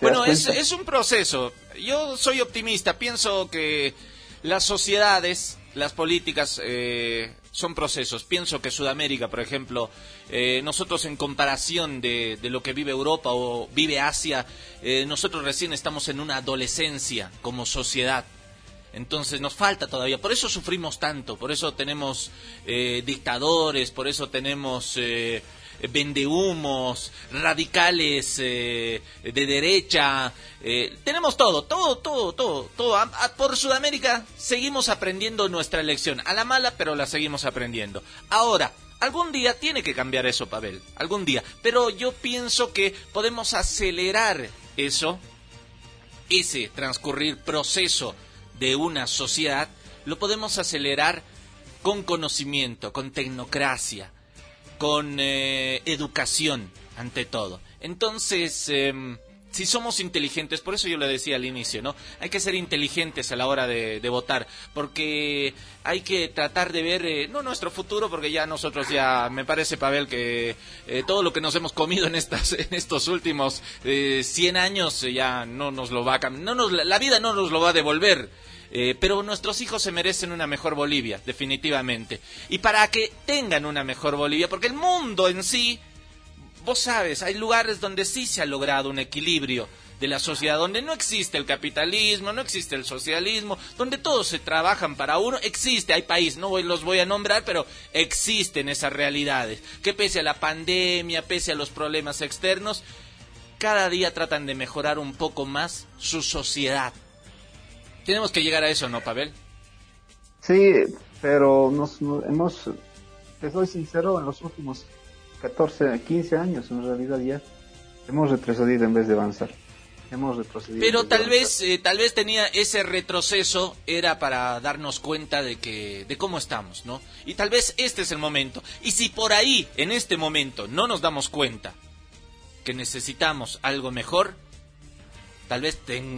Bueno, es un proceso. Yo soy optimista, pienso que las sociedades, las políticas son procesos. Pienso que Sudamérica, por ejemplo, nosotros en comparación de lo que vive Europa o vive Asia, nosotros recién estamos en una adolescencia como sociedad. Entonces nos falta todavía, por eso sufrimos tanto, por eso tenemos dictadores, por eso tenemos vendehumos, radicales de derecha, tenemos todo. Por Sudamérica seguimos aprendiendo nuestra lección, a la mala, pero la seguimos aprendiendo. Ahora, algún día tiene que cambiar eso, Pavel, algún día, pero yo pienso que podemos acelerar eso, ese transcurrir proceso de una sociedad, lo podemos acelerar con conocimiento, con tecnocracia, con educación, ante todo. Entonces, si somos inteligentes, por eso yo le decía al inicio, ¿no? Hay que ser inteligentes a la hora de votar, porque hay que tratar de ver, no nuestro futuro, porque ya nosotros ya, me parece, Pavel, que todo lo que nos hemos comido en estos últimos 100 años ya no nos lo va a cambiar, la vida no nos lo va a devolver. Pero nuestros hijos se merecen una mejor Bolivia, definitivamente. Y para que tengan una mejor Bolivia, porque el mundo en sí, vos sabes, hay lugares donde sí se ha logrado un equilibrio de la sociedad, donde no existe el capitalismo, no existe el socialismo, donde todos se trabajan para uno, hay países, no los voy a nombrar, pero existen esas realidades, que pese a la pandemia, pese a los problemas externos, cada día tratan de mejorar un poco más su sociedad. Tenemos que llegar a eso, ¿no, Pavel? Sí, pero te soy sincero, en los últimos 14, 15 años, en realidad ya hemos retrocedido en vez de avanzar. Pero tal vez tenía ese retroceso, era para darnos cuenta de cómo estamos, ¿no? Y tal vez este es el momento. Y si por ahí, en este momento, no nos damos cuenta que necesitamos algo mejor, tal vez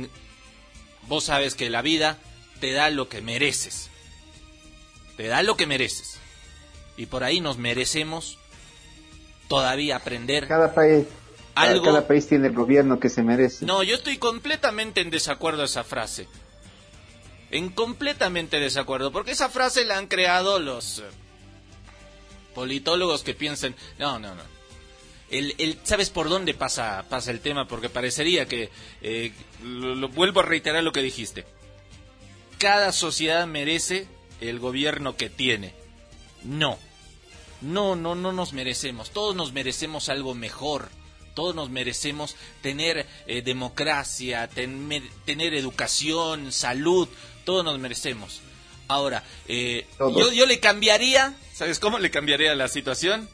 vos sabes que la vida te da lo que mereces. Te da lo que mereces. Y por ahí nos merecemos todavía aprender cada país algo. Cada país tiene el gobierno que se merece. No, yo estoy completamente en desacuerdo a esa frase. Completamente desacuerdo. Porque esa frase la han creado los politólogos que piensan... No. ¿Sabes por dónde pasa el tema? Porque parecería que, lo vuelvo a reiterar lo que dijiste, cada sociedad merece el gobierno que tiene. No nos merecemos, todos nos merecemos algo mejor, todos nos merecemos tener democracia, tener educación, salud, todos nos merecemos. Ahora, yo le cambiaría, ¿sabes cómo le cambiaría la situación?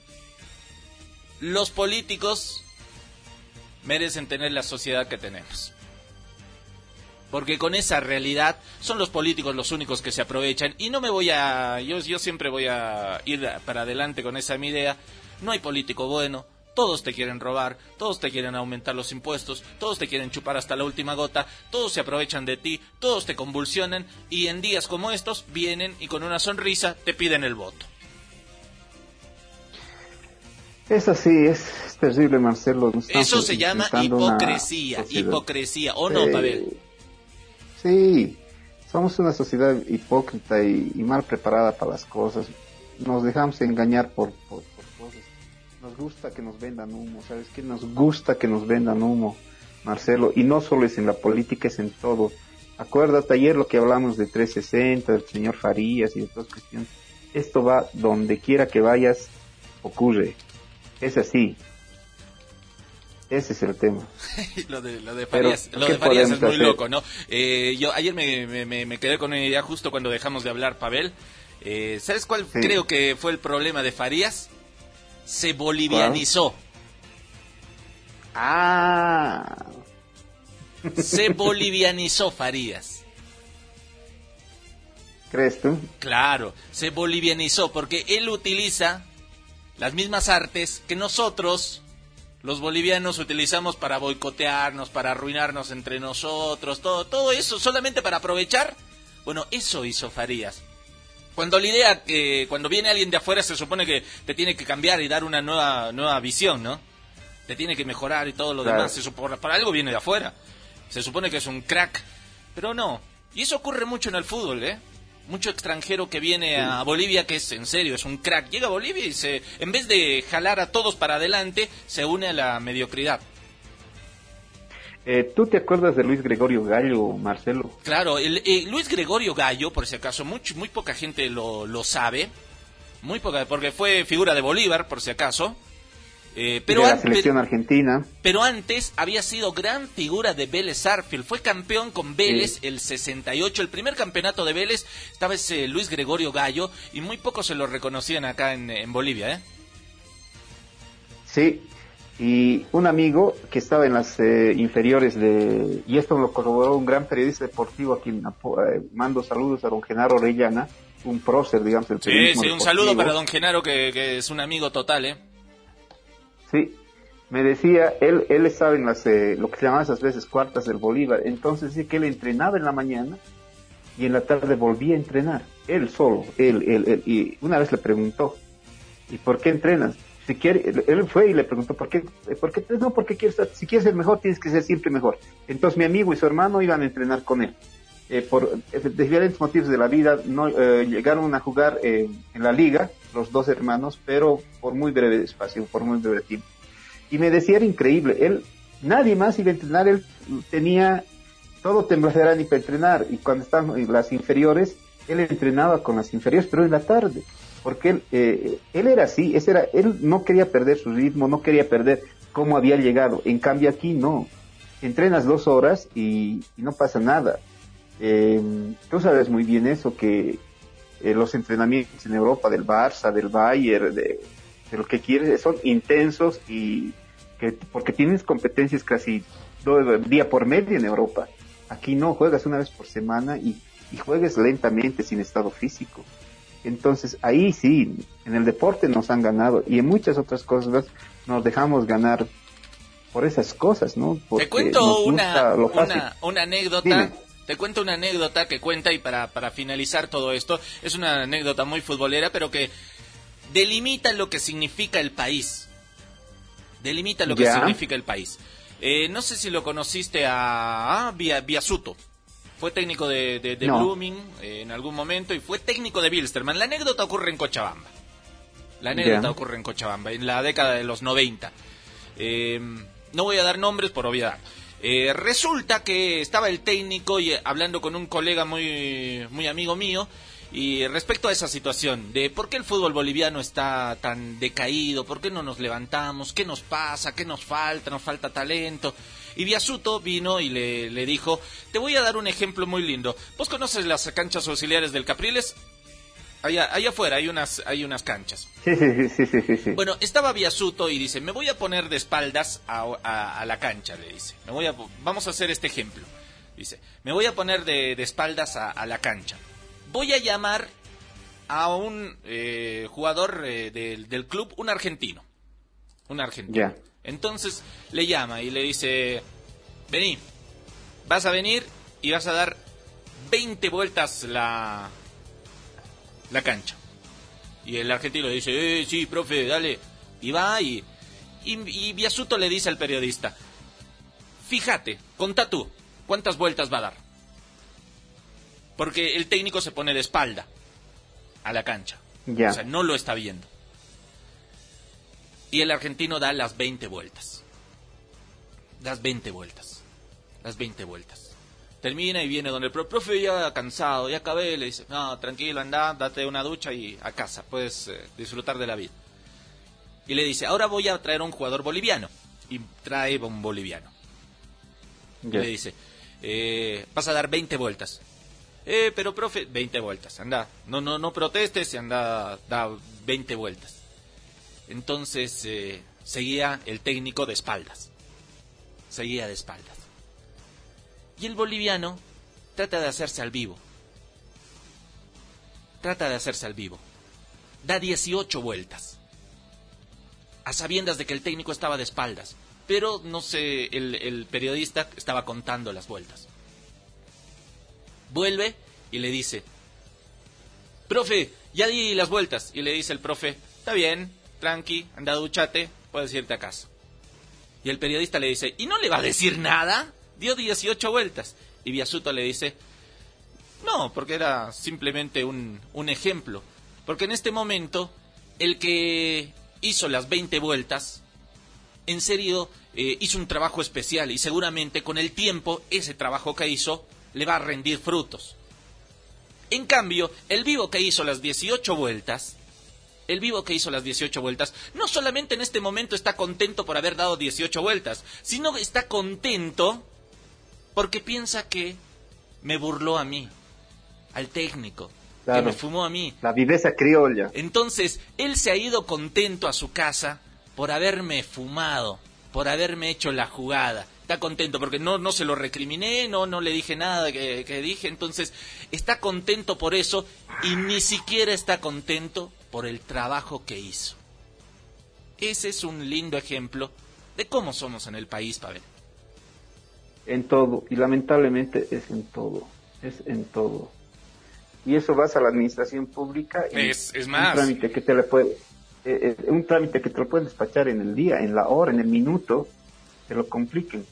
Los políticos merecen tener la sociedad que tenemos. Porque con esa realidad son los políticos los únicos que se aprovechan. Y no me voy a... Yo siempre voy a ir para adelante con esa mi idea. No hay político bueno. Todos te quieren robar. Todos te quieren aumentar los impuestos. Todos te quieren chupar hasta la última gota. Todos se aprovechan de ti. Todos te convulsionan. Y en días como estos vienen y con una sonrisa te piden el voto. Es así, es terrible, Marcelo. Eso se llama hipocresía, ¿o no, Pavel? Sí, somos una sociedad hipócrita y mal preparada para las cosas. Nos dejamos engañar por cosas. Nos gusta que nos vendan humo, ¿sabes qué? Nos gusta que nos vendan humo, Marcelo, y no solo es en la política, es en todo. Acuérdate ayer lo que hablamos de 360, del señor Farías y de otras cuestiones. Esto va donde quiera que vayas, ocurre. Es así. Ese es el tema. lo de Farías, es muy loco, ¿no? Yo ayer me quedé con una idea justo cuando dejamos de hablar, Pavel. ¿Sabes cuál creo que fue el problema de Farías? Se bolivianizó. Se bolivianizó Farías. ¿Crees tú? Claro, se bolivianizó porque él utiliza las mismas artes que nosotros, los bolivianos, utilizamos para boicotearnos, para arruinarnos entre nosotros, todo eso solamente para aprovechar. Bueno, eso hizo Farías. Cuando la idea cuando viene alguien de afuera se supone que te tiene que cambiar y dar una nueva visión, ¿no? te tiene que mejorar y todo lo Claro. demás, eso por algo viene de afuera. Se supone que es un crack, pero no. Y eso ocurre mucho en el fútbol, ¿eh? Mucho extranjero que viene a Bolivia, que es en serio, es un crack. Llega a Bolivia y en vez de jalar a todos para adelante, se une a la mediocridad. ¿Tú te acuerdas de Luis Gregorio Gallo, Marcelo? Claro, Luis Gregorio Gallo, por si acaso, muy poca gente lo sabe. Muy poca, porque fue figura de Bolívar, por si acaso. Pero de la selección argentina. Pero antes había sido gran figura de Vélez Sarsfield. Fue campeón con Vélez el 68. El primer campeonato de Vélez estaba ese Luis Gregorio Gallo y muy pocos se lo reconocían acá en Bolivia, ¿eh? Sí, y un amigo que estaba en las inferiores y esto lo corroboró un gran periodista deportivo a quien mando saludos a don Genaro Orellana, un prócer, digamos, del periodismo Sí, un deportivo. saludo para don Genaro, que es un amigo total, ¿eh? Sí, me decía, él estaba en lo que se llamaba esas veces cuartas del Bolívar, entonces dice que él entrenaba en la mañana y en la tarde volvía a entrenar, él solo, él, y una vez le preguntó, ¿y por qué entrenas? Si quiere, él fue y le preguntó, ¿por qué no? Porque si quieres ser mejor, tienes que ser siempre mejor. Entonces mi amigo y su hermano iban a entrenar con él. Por diferentes motivos de la vida, no llegaron a jugar en la liga, los dos hermanos, pero por muy breve espacio, por muy breve tiempo. Y me decía, era increíble, nadie más iba a entrenar, él tenía todo Temblacerani para entrenar, y cuando estaban en las inferiores, él entrenaba con las inferiores, pero en la tarde, porque él era así, él no quería perder su ritmo, no quería perder cómo había llegado. En cambio aquí no, entrenas 2 horas y no pasa nada. Tú sabes muy bien eso, que los entrenamientos en Europa del Barça, del Bayern, de lo que quieres, son intensos y porque tienes competencias casi día por medio en Europa. Aquí no, juegas una vez por semana y juegues lentamente, sin estado físico. Entonces ahí sí, en el deporte nos han ganado y en muchas otras cosas nos dejamos ganar por esas cosas, ¿no? Porque te cuento una anécdota. Dime. Te cuento una anécdota que cuenta, y para finalizar todo esto, es una anécdota muy futbolera, pero que delimita lo que significa el país. Delimita lo que significa el país. No sé si lo conociste a Biasuto. Fue técnico de No. Blooming en algún momento y fue técnico de Bilsterman. La anécdota ocurre en Cochabamba. En la década de los 90. No voy a dar nombres por obviedad. Resulta que estaba el técnico y hablando con un colega muy, muy amigo mío, y respecto a esa situación de por qué el fútbol boliviano está tan decaído, por qué no nos levantamos, qué nos pasa, qué nos falta talento. Y Biasuto vino y le dijo, te voy a dar un ejemplo muy lindo. ¿Vos conoces las canchas auxiliares del Capriles? Allá afuera hay unas canchas. Sí. Bueno, estaba Biasuto y dice, me voy a poner de espaldas a la cancha, le dice. Vamos a hacer este ejemplo. Dice, me voy a poner de espaldas a la cancha. Voy a llamar a un jugador del club, un argentino. Ya. Entonces le llama y le dice, vení, vas a venir y vas a dar 20 vueltas la cancha. Y el argentino le dice, sí, profe, dale. Y va y Biasuto le dice al periodista, fíjate, contá tú, ¿cuántas vueltas va a dar? Porque el técnico se pone de espalda a la cancha. Ya. O sea, no lo está viendo. Y el argentino da las 20 vueltas. Las 20 vueltas. Termina y viene donde el profe, ya cansado, ya acabé, le dice, no, tranquilo, anda, date una ducha y a casa, puedes disfrutar de la vida. Y le dice, ahora voy a traer a un jugador boliviano. Y trae a un boliviano. Ya. Y le dice, vas a dar 20 vueltas. Pero profe, 20 vueltas, anda, no protestes y anda, da 20 vueltas. Entonces seguía el técnico de espaldas. Y el boliviano trata de hacerse al vivo. Da 18 vueltas. A sabiendas de que el técnico estaba de espaldas. Pero no sé, el periodista estaba contando las vueltas. Vuelve y le dice, profe, ya di las vueltas. Y le dice el profe, está bien, tranqui, anda, duchate, puedes irte a casa. Y el periodista le dice, ¿y no le va a decir nada? Dio 18 vueltas. Y Biasuto le dice, no, porque era simplemente un ejemplo. Porque en este momento, el que hizo las 20 vueltas, en serio, hizo un trabajo especial. Y seguramente con el tiempo, ese trabajo que hizo, le va a rendir frutos. En cambio, el vivo que hizo las 18 vueltas, no solamente en este momento está contento por haber dado 18 vueltas, sino que está contento porque piensa que me burló a mí, al técnico, claro, que me fumó a mí. La viveza criolla. Entonces, él se ha ido contento a su casa por haberme fumado, por haberme hecho la jugada. Está contento porque no se lo recriminé, no le dije nada que dije, entonces está contento por eso y ni siquiera está contento por el trabajo que hizo. Ese es un lindo ejemplo de cómo somos en el país, Pavel. En todo, y lamentablemente es en todo. Y eso vas a la administración pública y es más, un trámite que te lo pueden despachar en el día, en la hora, en el minuto, te lo compliquen.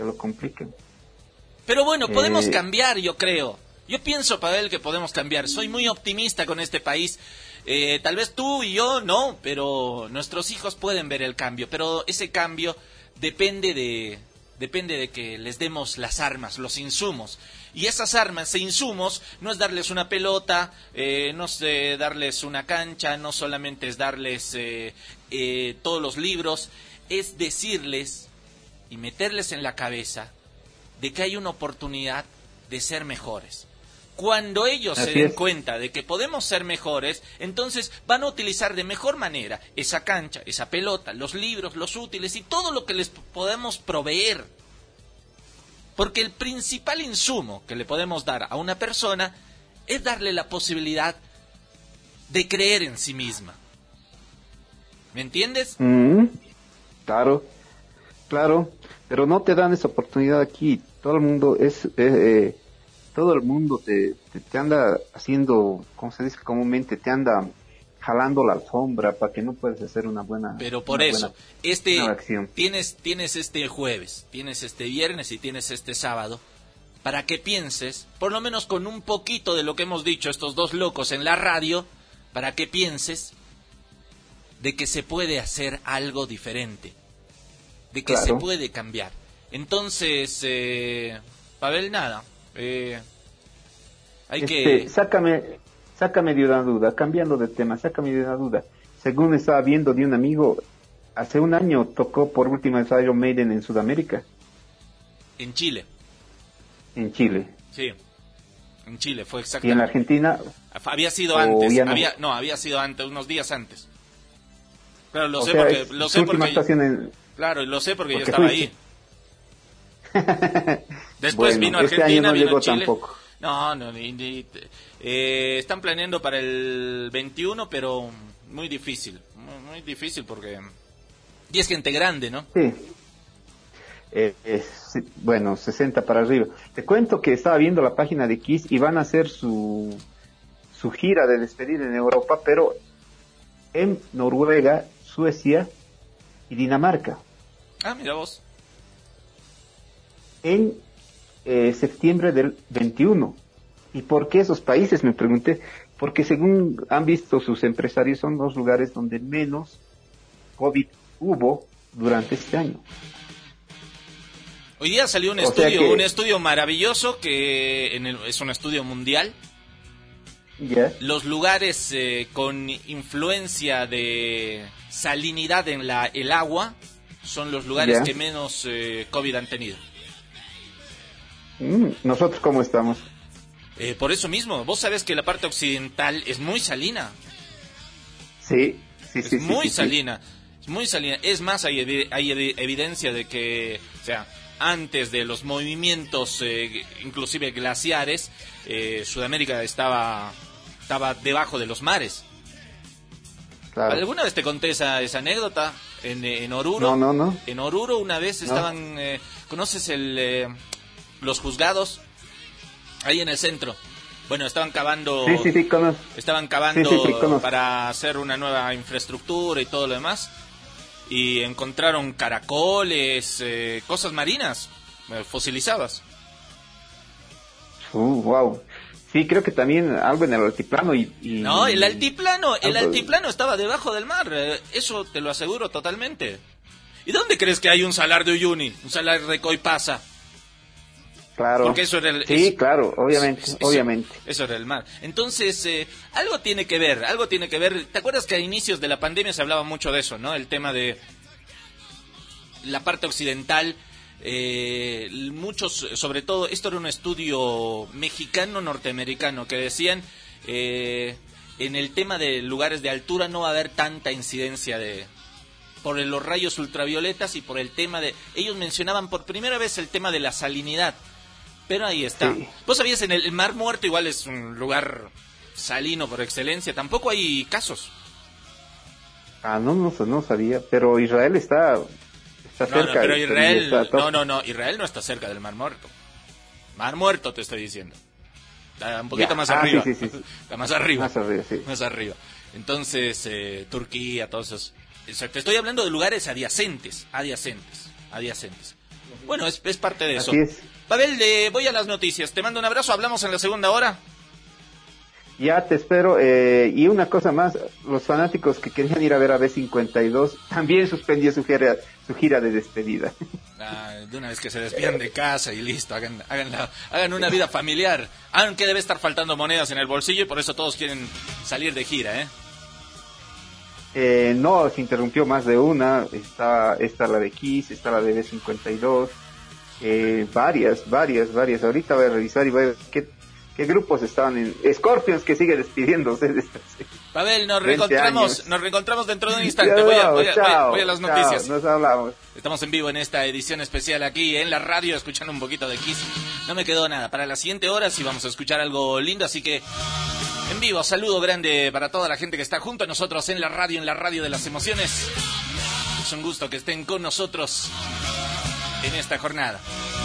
Pero bueno, podemos cambiar, yo creo. Yo pienso, Pavel, que podemos cambiar. Soy muy optimista con este país. Tal vez tú y yo no, pero nuestros hijos pueden ver el cambio. Pero ese cambio depende de que les demos las armas, los insumos. Y esas armas e insumos no es darles una pelota, no es darles una cancha, no solamente es darles todos los libros, es decirles y meterles en la cabeza de que hay una oportunidad de ser mejores. Cuando ellos se den cuenta de que podemos ser mejores, entonces van a utilizar de mejor manera esa cancha, esa pelota, los libros, los útiles y todo lo que les podemos proveer. Porque el principal insumo que le podemos dar a una persona es darle la posibilidad de creer en sí misma. ¿Me entiendes? Claro, pero no te dan esa oportunidad aquí. Todo el mundo te anda haciendo, como se dice comúnmente, te anda jalando la alfombra para que no puedas hacer una buena. Pero por eso, tienes este jueves, tienes este viernes y tienes este sábado para que pienses, por lo menos con un poquito de lo que hemos dicho estos dos locos en la radio, para que pienses de que se puede hacer algo diferente, de que se puede cambiar. Entonces, Pavel, nada, Sácame de una duda, cambiando de tema, Según estaba viendo de un amigo, hace un año tocó por última vez Iron Maiden en Sudamérica. En Chile. Sí, en Chile fue exactamente. ¿Y en la Argentina? Había sido antes, había sido antes, unos días antes. Claro, lo sé porque claro, lo sé porque yo estaba ahí. Después vino Argentina, este año no vino llegó Chile. Tampoco. Están planeando para el 21, pero muy difícil porque y es gente grande, ¿no? Sí. 60 para arriba. Te cuento que estaba viendo la página de Kiss y van a hacer su gira de despedida en Europa, pero en Noruega, Suecia y Dinamarca. Mira vos. En septiembre del 21. ¿Y por qué esos países? Me pregunté. Porque según han visto sus empresarios, son los lugares donde menos COVID hubo durante este año. Hoy día salió un estudio maravilloso que es un estudio mundial. Yeah. Los lugares con influencia de salinidad en el agua son los lugares que menos COVID han tenido. ¿Nosotros cómo estamos? Por eso mismo, vos sabés que la parte occidental es muy salina. Sí. Es muy salina. Es más, hay evidencia de que, o sea, antes de los movimientos, inclusive glaciares, Sudamérica estaba debajo de los mares. Claro. ¿Alguna vez te conté esa anécdota? En Oruro. No. En Oruro una vez estaban, ¿conoces los juzgados? Ahí en el centro. Bueno, estaban cavando. Sí, conozco. Estaban cavando para hacer una nueva infraestructura y todo lo demás. y encontraron caracoles, cosas marinas fosilizadas. Wow. Sí, creo que también algo en el altiplano No, el altiplano estaba debajo del mar, eso te lo aseguro totalmente. ¿Y dónde crees que hay un salar de Uyuni, un salar de Coipasa? Claro. Porque eso era el... Sí, claro, obviamente, obviamente. Eso era el mar. Entonces, algo tiene que ver. ¿Te acuerdas que a inicios de la pandemia se hablaba mucho de eso, ¿no? El tema de la parte occidental, muchos, sobre todo, esto era un estudio mexicano-norteamericano, que decían, en el tema de lugares de altura no va a haber tanta incidencia por los rayos ultravioletas y por el tema de... Ellos mencionaban por primera vez el tema de la salinidad. Pero ahí está. Sí. ¿Vos sabías, en el Mar Muerto igual es un lugar salino por excelencia? Tampoco hay casos. No sabía. Pero Israel está cerca. No, pero Israel... Israel no está cerca del Mar Muerto. Mar Muerto te estoy diciendo. Está un poquito más arriba. Sí. Está más arriba. Más arriba. Entonces, Turquía, todos esos... Te estoy hablando de lugares adyacentes. Bueno, es parte de eso. Así es. Pavel, voy a las noticias. Te mando un abrazo. ¿Hablamos en la segunda hora? Ya te espero. Y una cosa más. Los fanáticos que querían ir a ver a B52 también suspendió su gira de despedida. De una vez que se despidan de casa y listo. Hagan una vida familiar. Aunque debe estar faltando monedas en el bolsillo y por eso todos quieren salir de gira, No, se interrumpió más de una. Está la de Kiss, está la de B52. Varias. Ahorita voy a revisar y voy a ver qué grupos estaban en... Scorpions, que sigue despidiéndose de esta serie. Pavel, nos reencontramos dentro de un instante. Voy a las noticias. Chao, nos hablamos. Estamos en vivo en esta edición especial aquí en la radio, escuchando un poquito de Kiss. No me quedó nada. Para la siguiente hora sí vamos a escuchar algo lindo, así que... En vivo, saludo grande para toda la gente que está junto a nosotros en la radio de las emociones. Es un gusto que estén con nosotros en esta jornada.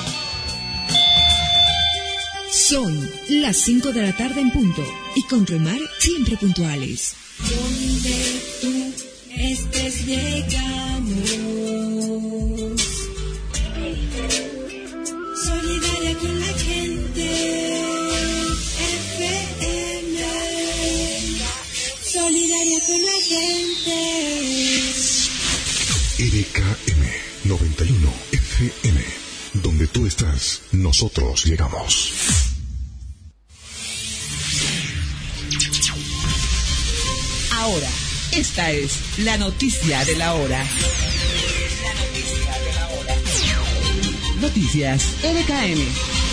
Son las 5 de la tarde en punto y con Remar siempre puntuales. Donde tú estés llegamos, solidaria con la gente. Solidaria con la gente. RKM 91 FM. Donde tú estás, nosotros llegamos. Ahora, esta es la noticia de la hora. Noticias RKM.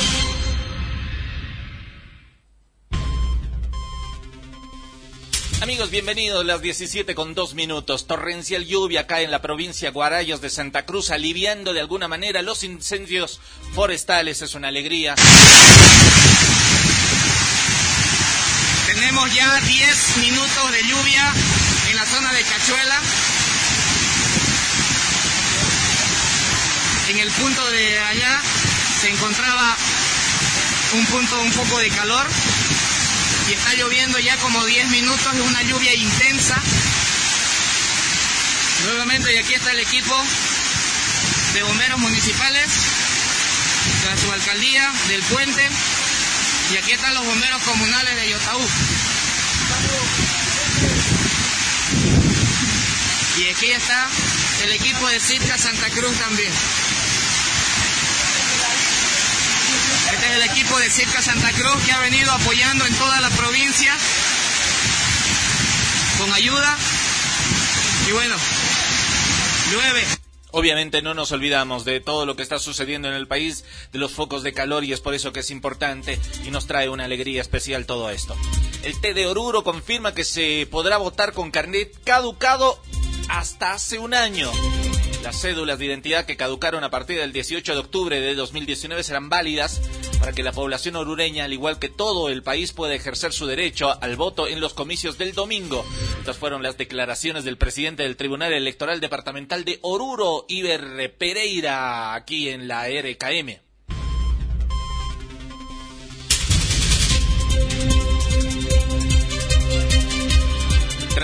Amigos, bienvenidos, las 17:02. Torrencial lluvia cae en la provincia Guarayos de Santa Cruz, aliviando de alguna manera los incendios forestales. Es una alegría. Tenemos ya 10 minutos de lluvia en la zona de Cachuela. En el punto de allá se encontraba un poco de calor. Y está lloviendo ya como 10 minutos, es una lluvia intensa. Nuevamente, y aquí está el equipo de bomberos municipales, de la subalcaldía, del puente, y aquí están los bomberos comunales de Yotaú. Y aquí está el equipo de Sitka Santa Cruz también. Este es el equipo de Sitka Santa Cruz que ha venido apoyando en toda la provincia con ayuda. Y bueno, llueve. Obviamente no nos olvidamos de todo lo que está sucediendo en el país, de los focos de calor, y es por eso que es importante y nos trae una alegría especial todo esto. El T de Oruro confirma que se podrá votar con carnet caducado hasta hace un año. Las cédulas de identidad que caducaron a partir del 18 de octubre de 2019 serán válidas para que la población orureña, al igual que todo el país, pueda ejercer su derecho al voto en los comicios del domingo. Estas fueron las declaraciones del presidente del Tribunal Electoral Departamental de Oruro, Iber Pereira, aquí en la RKM.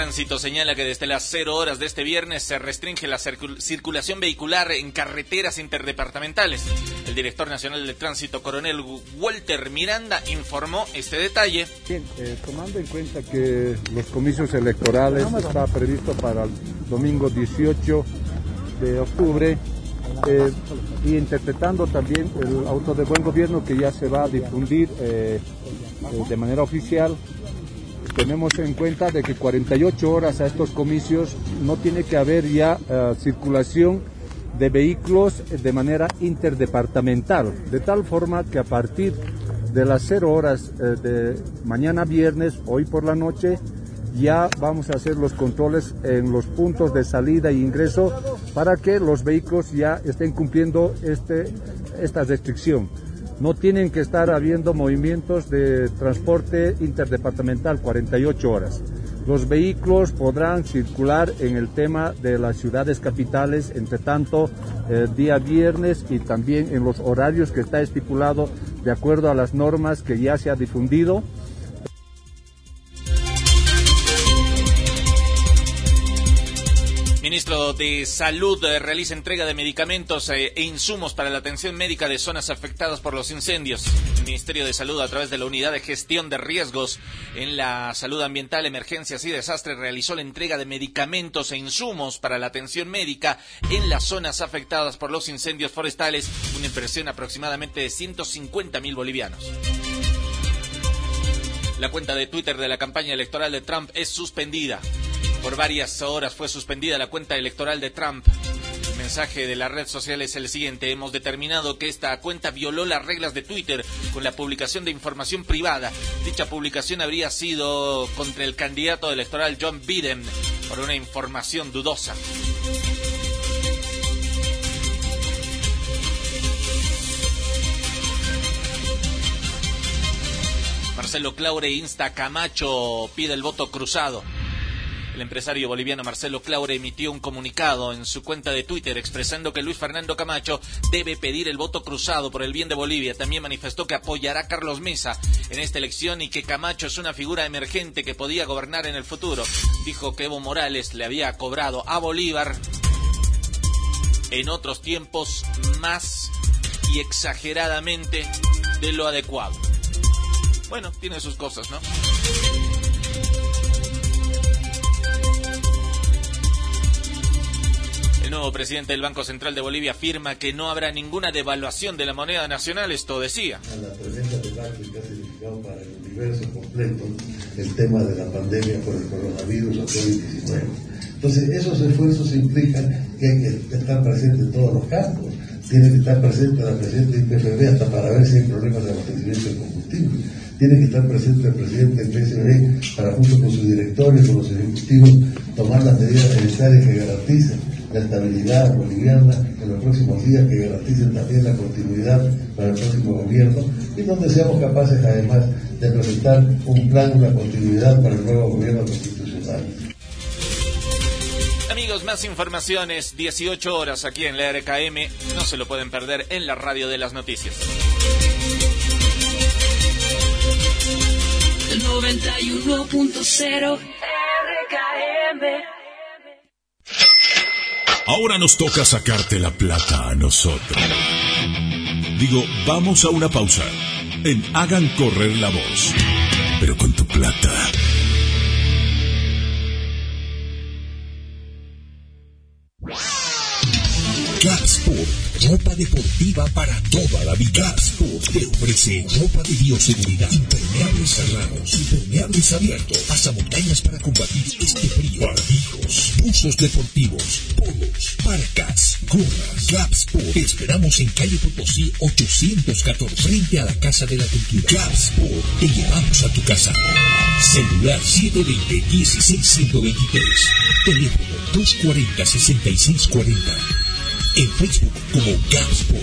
Tránsito señala que desde las 0 horas de este viernes se restringe la circulación vehicular en carreteras interdepartamentales. El director nacional de Tránsito, coronel Walter Miranda, informó este detalle. Bien, tomando en cuenta que los comicios electorales está previsto para el domingo 18 de octubre, y interpretando también el auto de buen gobierno que ya se va a difundir de manera oficial, tenemos en cuenta de que 48 horas a estos comicios no tiene que haber ya circulación de vehículos de manera interdepartamental, de tal forma que a partir de las 0 horas de mañana viernes, hoy por la noche, ya vamos a hacer los controles en los puntos de salida e ingreso para que los vehículos ya estén cumpliendo esta restricción. No tienen que estar habiendo movimientos de transporte interdepartamental 48 horas. Los vehículos podrán circular en el tema de las ciudades capitales, entre tanto día viernes y también en los horarios que está estipulado de acuerdo a las normas que ya se ha difundido. Ministro de Salud realiza entrega de medicamentos e insumos para la atención médica de zonas afectadas por los incendios. El Ministerio de Salud, a través de la Unidad de Gestión de Riesgos en la Salud Ambiental, Emergencias y Desastres, realizó la entrega de medicamentos e insumos para la atención médica en las zonas afectadas por los incendios forestales, una inversión aproximadamente de 150.000 bolivianos. La cuenta de Twitter de la campaña electoral de Trump es suspendida. Por varias horas fue suspendida la cuenta electoral de Trump. El mensaje de la red social es el siguiente: hemos determinado que esta cuenta violó las reglas de Twitter con la publicación de información privada. Dicha publicación habría sido contra el candidato electoral John Biden por una información dudosa. Marcelo Claure insta a Camacho, pide el voto cruzado. El empresario boliviano Marcelo Claure emitió un comunicado en su cuenta de Twitter expresando que Luis Fernando Camacho debe pedir el voto cruzado por el bien de Bolivia. También manifestó que apoyará a Carlos Mesa en esta elección y que Camacho es una figura emergente que podía gobernar en el futuro. Dijo que Evo Morales le había cobrado a Bolívar en otros tiempos más y exageradamente de lo adecuado. Bueno, tiene sus cosas, ¿no? El nuevo presidente del Banco Central de Bolivia afirma que no habrá ninguna devaluación de la moneda nacional, esto decía. A la tremenda debacle que ha significado para el universo completo el tema de la pandemia por el coronavirus o COVID-19. Entonces, esos esfuerzos implican que hay que estar presente en todos los campos. Tiene que estar presente la presidenta de IPFB hasta para ver si hay problemas de abastecimiento de combustible. Tiene que estar presente el presidente del PSB para, junto con su directorio y con los ejecutivos, tomar las medidas necesarias que garanticen la estabilidad boliviana en los próximos días, que garanticen también la continuidad para el próximo gobierno y donde seamos capaces además de presentar un plan, una continuidad para el nuevo gobierno constitucional. Amigos, más informaciones, 18 horas aquí en la RKM, no se lo pueden perder en la radio de las noticias. 91.0 RKM. Ahora nos toca sacarte la plata a nosotros. Digo, vamos a una pausa. En Hagan Correr la Voz. Pero con tu plata. Gasport, ropa deportiva para toda la vida. Gasport te ofrece ropa de bioseguridad, impermeables cerrados, impermeables abiertos, pasamontañas para combatir este frío, barbijos, buzos deportivos, polos, parcas, gorras. Gasport, te esperamos en calle Potosí 814, frente a la Casa de la Cultura. Gasport, te llevamos a tu casa. Celular 720-16123, teléfono 240-6640. En Facebook como Gasport.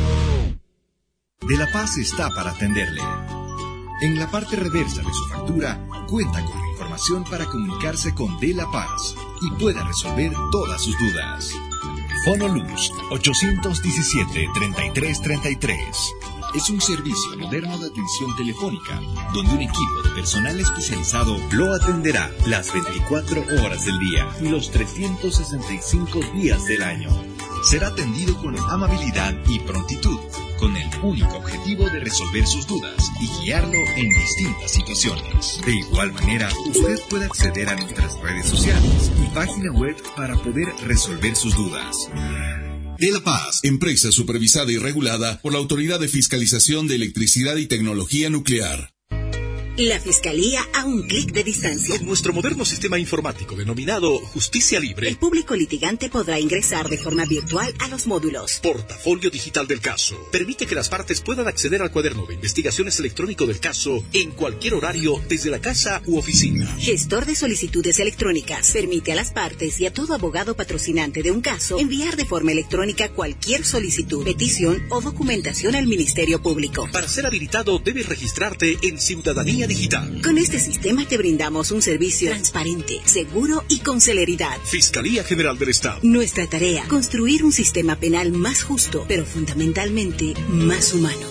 De La Paz está para atenderle. En la parte reversa de su factura, cuenta con la información para comunicarse con De La Paz y pueda resolver todas sus dudas. Fonoluz 817-3333. es un servicio moderno de atención telefónica, donde un equipo de personal especializado lo atenderá las 24 horas del día y los 365 días del año. Será atendido con amabilidad y prontitud, con el único objetivo de resolver sus dudas y guiarlo en distintas situaciones. De igual manera, usted puede acceder a nuestras redes sociales y página web para poder resolver sus dudas. De La Paz, empresa supervisada y regulada por la Autoridad de Fiscalización de Electricidad y Tecnología Nuclear. La Fiscalía a un clic de distancia. Con nuestro moderno sistema informático denominado Justicia Libre, el público litigante podrá ingresar de forma virtual a los módulos. Portafolio digital del caso. Permite que las partes puedan acceder al cuaderno de investigaciones electrónico del caso en cualquier horario desde la casa u oficina. Gestor de solicitudes electrónicas. Permite a las partes y a todo abogado patrocinante de un caso enviar de forma electrónica cualquier solicitud, petición o documentación al Ministerio Público. Para ser habilitado, debes registrarte en Ciudadanía Digital. Con este sistema te brindamos un servicio transparente, seguro y con celeridad. Fiscalía General del Estado. Nuestra tarea, construir un sistema penal más justo, pero fundamentalmente más humano.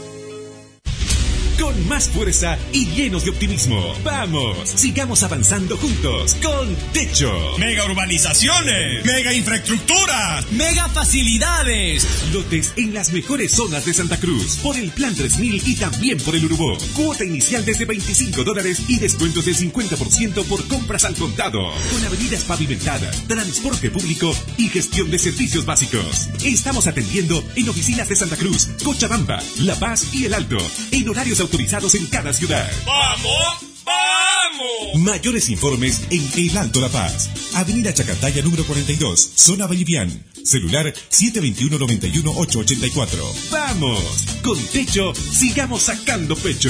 Con más fuerza y llenos de optimismo. ¡Vamos! Sigamos avanzando juntos con Techo. Mega urbanizaciones, mega infraestructura, mega facilidades. Lotes en las mejores zonas de Santa Cruz. Por el Plan 3000 y también por el Urubó. Cuota inicial desde $25 y descuentos del 50% por compras al contado. Con avenidas pavimentadas, transporte público y gestión de servicios básicos. Estamos atendiendo en oficinas de Santa Cruz, Cochabamba, La Paz y El Alto. En horarios autorizados en cada ciudad. ¡Vamos! ¡Vamos! Mayores informes en El Alto La Paz. Avenida Chacataya número 42, zona Vallivian. Celular 721-91-884. ¡Vamos! Con Techo, sigamos sacando pecho.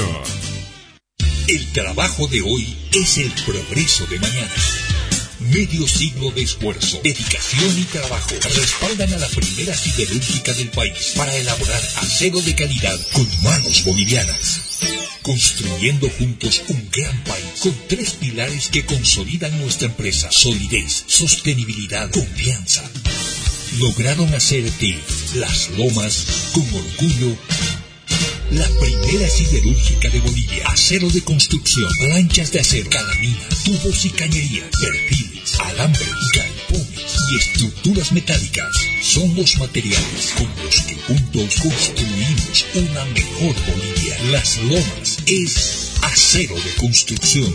El trabajo de hoy es el progreso de mañana. Medio siglo de esfuerzo, dedicación y trabajo respaldan a la primera siderúrgica del país para elaborar acero de calidad con manos bolivianas. Construyendo juntos un gran país con 3 pilares que consolidan nuestra empresa: solidez, sostenibilidad, confianza. Lograron hacer de Las Lomas, con orgullo, la primera siderúrgica de Bolivia. Acero de construcción, planchas de acero, calamina, tubos y cañería, perfiles, alambre, galpones y estructuras metálicas. Son los materiales con los que juntos construimos una mejor Bolivia. Las Lomas es acero de construcción.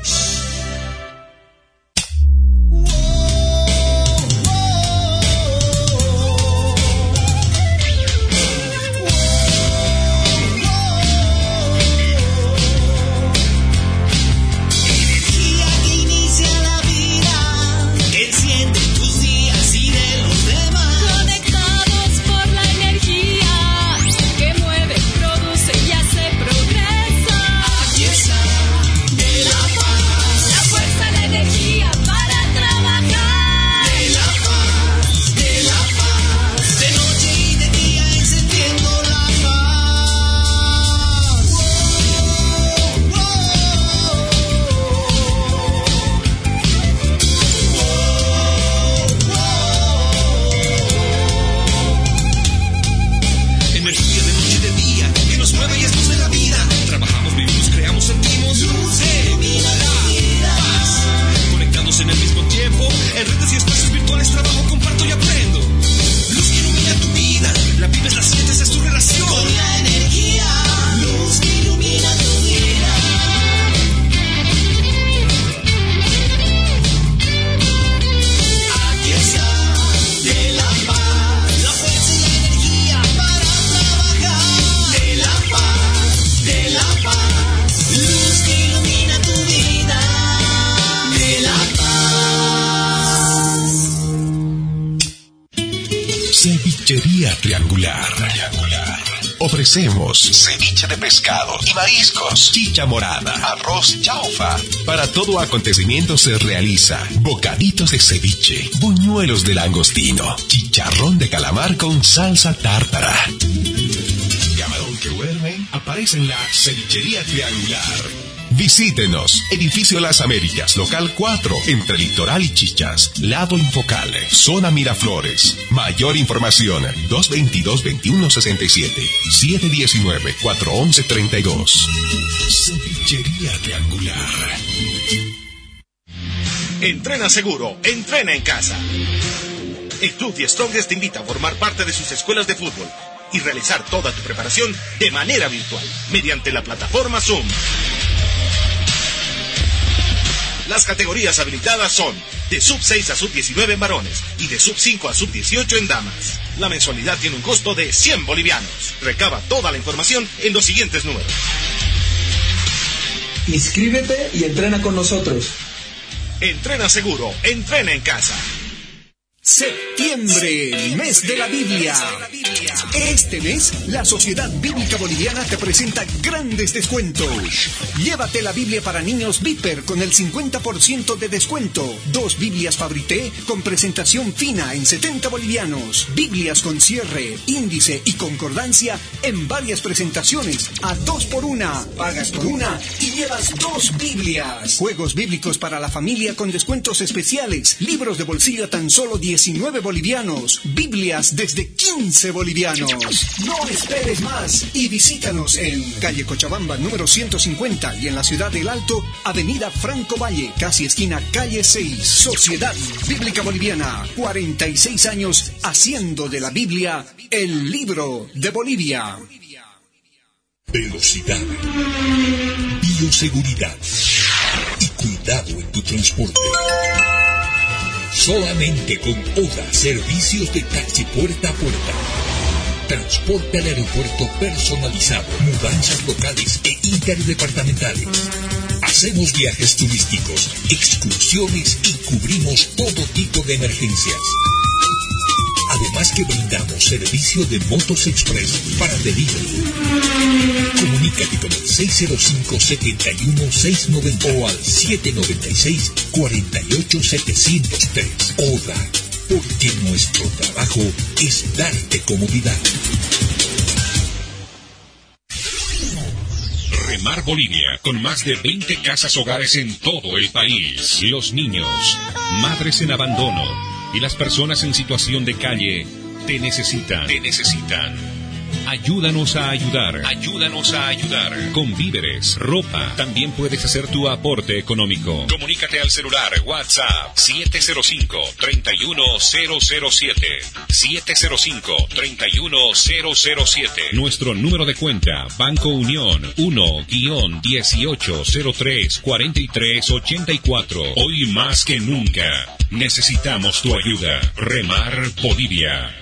Cevichería Triangular. Ofrecemos ceviche de pescado y mariscos, chicha morada, arroz chaufa. Para todo acontecimiento se realiza bocaditos de ceviche, buñuelos de langostino, chicharrón de calamar con salsa tártara. Camarón que duerme aparece en la Cevichería Triangular. Visítenos. Edificio Las Américas, local 4, entre Litoral y Chichas. Lado Infocal, zona Miraflores. Mayor información, 222-2167, 719-411-32. Cevichería Triangular. Entrena seguro, entrena en casa. El Club The Strongest te invita a formar parte de sus escuelas de fútbol y realizar toda tu preparación de manera virtual, mediante la plataforma Zoom. Las categorías habilitadas son de sub-6 a sub-19 en varones y de sub-5 a sub-18 en damas. La mensualidad tiene un costo de 100 bolivianos. Recaba toda la información en los siguientes números. Inscríbete y entrena con nosotros. Entrena seguro, entrena en casa. Septiembre, mes de la Biblia. Este mes, la Sociedad Bíblica Boliviana te presenta grandes descuentos. Llévate la Biblia para niños Viper con el 50% de descuento. 2 Biblias Fabrité con presentación fina en 70 bolivianos. Biblias con cierre, índice y concordancia en varias presentaciones a 2x1. Pagas por una y llevas 2 Biblias. Juegos bíblicos para la familia con descuentos especiales. Libros de bolsillo a tan solo 19 bolivianos. Biblias desde 15 bolivianos. No esperes más y visítanos en calle Cochabamba número 150 y en la ciudad del Alto, avenida Franco Valle, casi esquina calle 6. Sociedad Bíblica Boliviana, 46 años haciendo de la Biblia el libro de Bolivia. Velocidad, bioseguridad y cuidado en tu transporte. Solamente con ODA Servicios de Taxi Puerta a Puerta. Transporte al aeropuerto personalizado, mudanzas locales e interdepartamentales. Hacemos viajes turísticos, excursiones y cubrimos todo tipo de emergencias. Además que brindamos servicio de motos express para delivery. Comunícate con el 605-71-690 o al 796-48703. ODA, porque nuestro trabajo es darte comodidad. Remar Bolivia, con más de 20 casas hogares en todo el país. Los niños, madres en abandono y las personas en situación de calle te necesitan. Ayúdanos a ayudar. Con víveres, ropa. También puedes hacer tu aporte económico. Comunícate al celular WhatsApp 705-31007. 705-31007. Nuestro número de cuenta, Banco Unión 1-1803-4384. Hoy más que nunca, necesitamos tu ayuda. Remar Bolivia.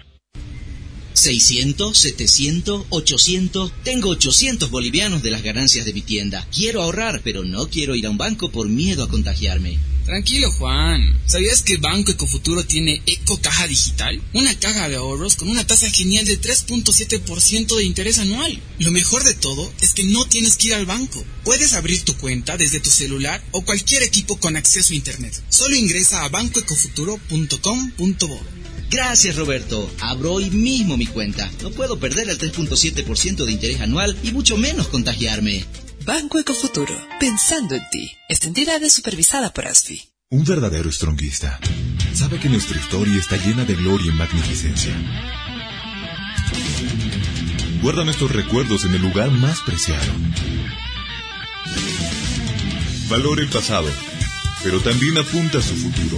600, 700, 800. Tengo 800 bolivianos de las ganancias de mi tienda. Quiero ahorrar, pero no quiero ir a un banco por miedo a contagiarme. Tranquilo, Juan. ¿Sabías que Banco Ecofuturo tiene Eco Caja Digital? Una caja de ahorros con una tasa genial de 3.7% de interés anual. Lo mejor de todo es que no tienes que ir al banco. Puedes abrir tu cuenta desde tu celular o cualquier equipo con acceso a internet. Solo ingresa a bancoecofuturo.com.bo. Gracias, Roberto. Abro hoy mismo mi cuenta. No puedo perder el 3.7% de interés anual y mucho menos contagiarme. Banco Ecofuturo, pensando en ti. Esta entidad es supervisada por ASFI. Un verdadero stronguista sabe que nuestra historia está llena de gloria y magnificencia. Guarda nuestros recuerdos en el lugar más preciado. Valora el pasado, pero también apunta a su futuro.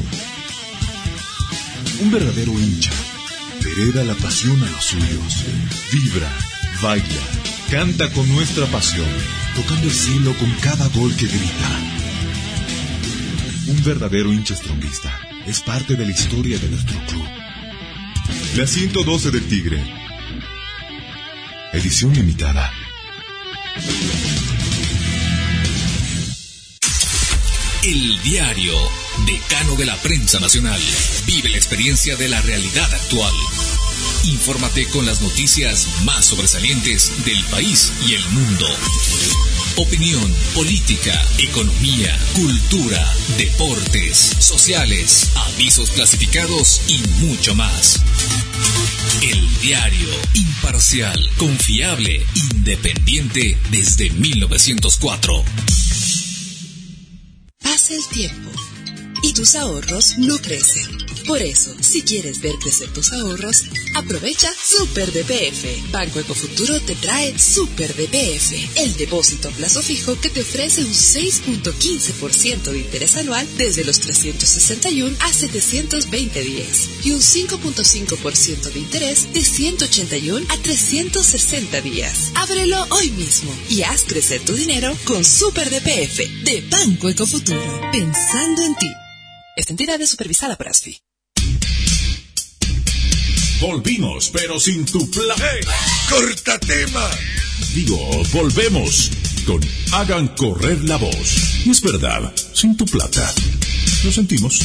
Un verdadero hincha hereda la pasión a los suyos. Vibra, baila, canta con nuestra pasión, tocando el cielo con cada gol que grita. Un verdadero hincha stronguista es parte de la historia de nuestro club. La 112 del Tigre. Edición limitada. El Diario, decano de la prensa nacional. Vive la experiencia de la realidad actual. Infórmate con las noticias más sobresalientes del país y el mundo. opinión, política, economía, cultura, deportes, sociales, avisos clasificados y mucho más. El diario, imparcial, confiable, independiente desde 1904. Pasa el tiempo y tus ahorros no crecen. Por eso, si quieres ver crecer tus ahorros, aprovecha Super DPF. Banco Ecofuturo te trae Super DPF, el depósito a plazo fijo que te ofrece un 6.15% de interés anual desde los 361 a 720 días y un 5.5% de interés de 181 a 360 días. Ábrelo hoy mismo y haz crecer tu dinero con Super DPF de Banco Ecofuturo. Pensando en ti. Esta entidad es supervisada por ASFI. Volvimos, pero sin tu plata. ¡Hey! ¡Corta tema! Digo, volvemos con Hagan Correr la Voz. Y es verdad, sin tu plata. Lo sentimos.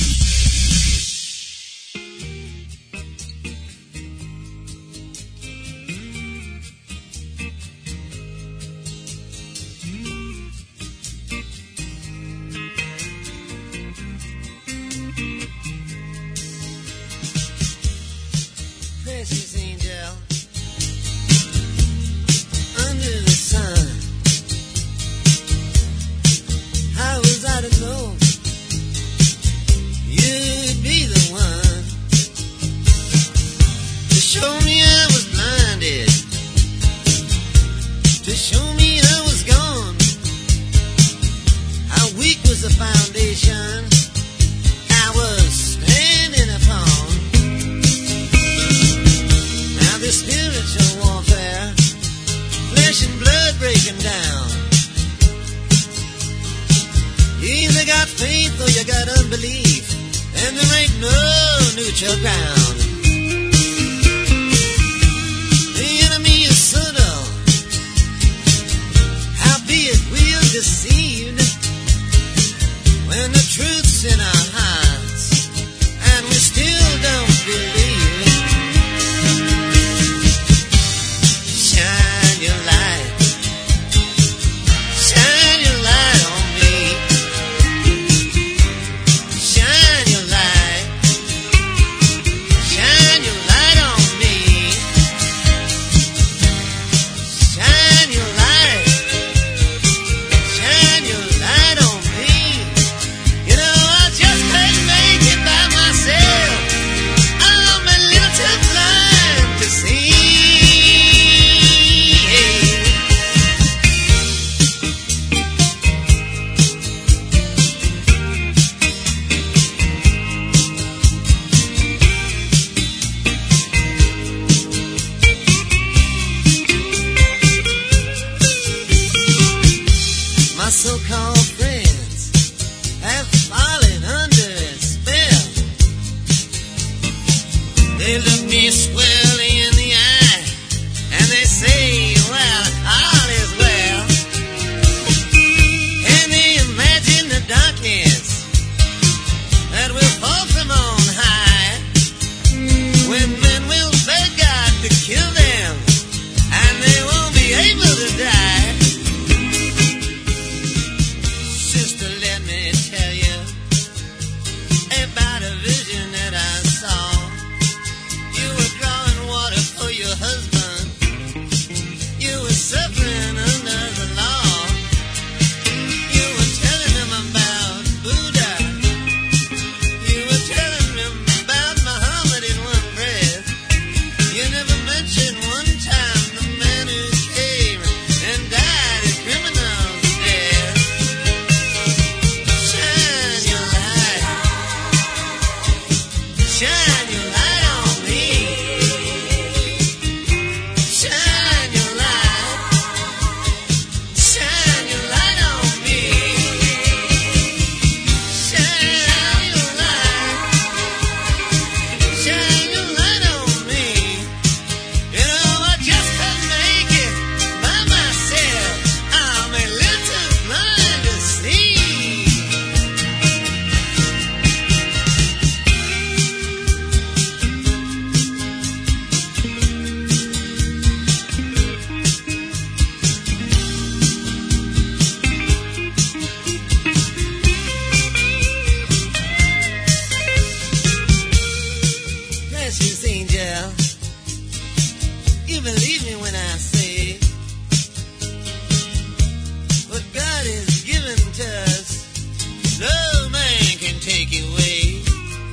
pictures no man can take away.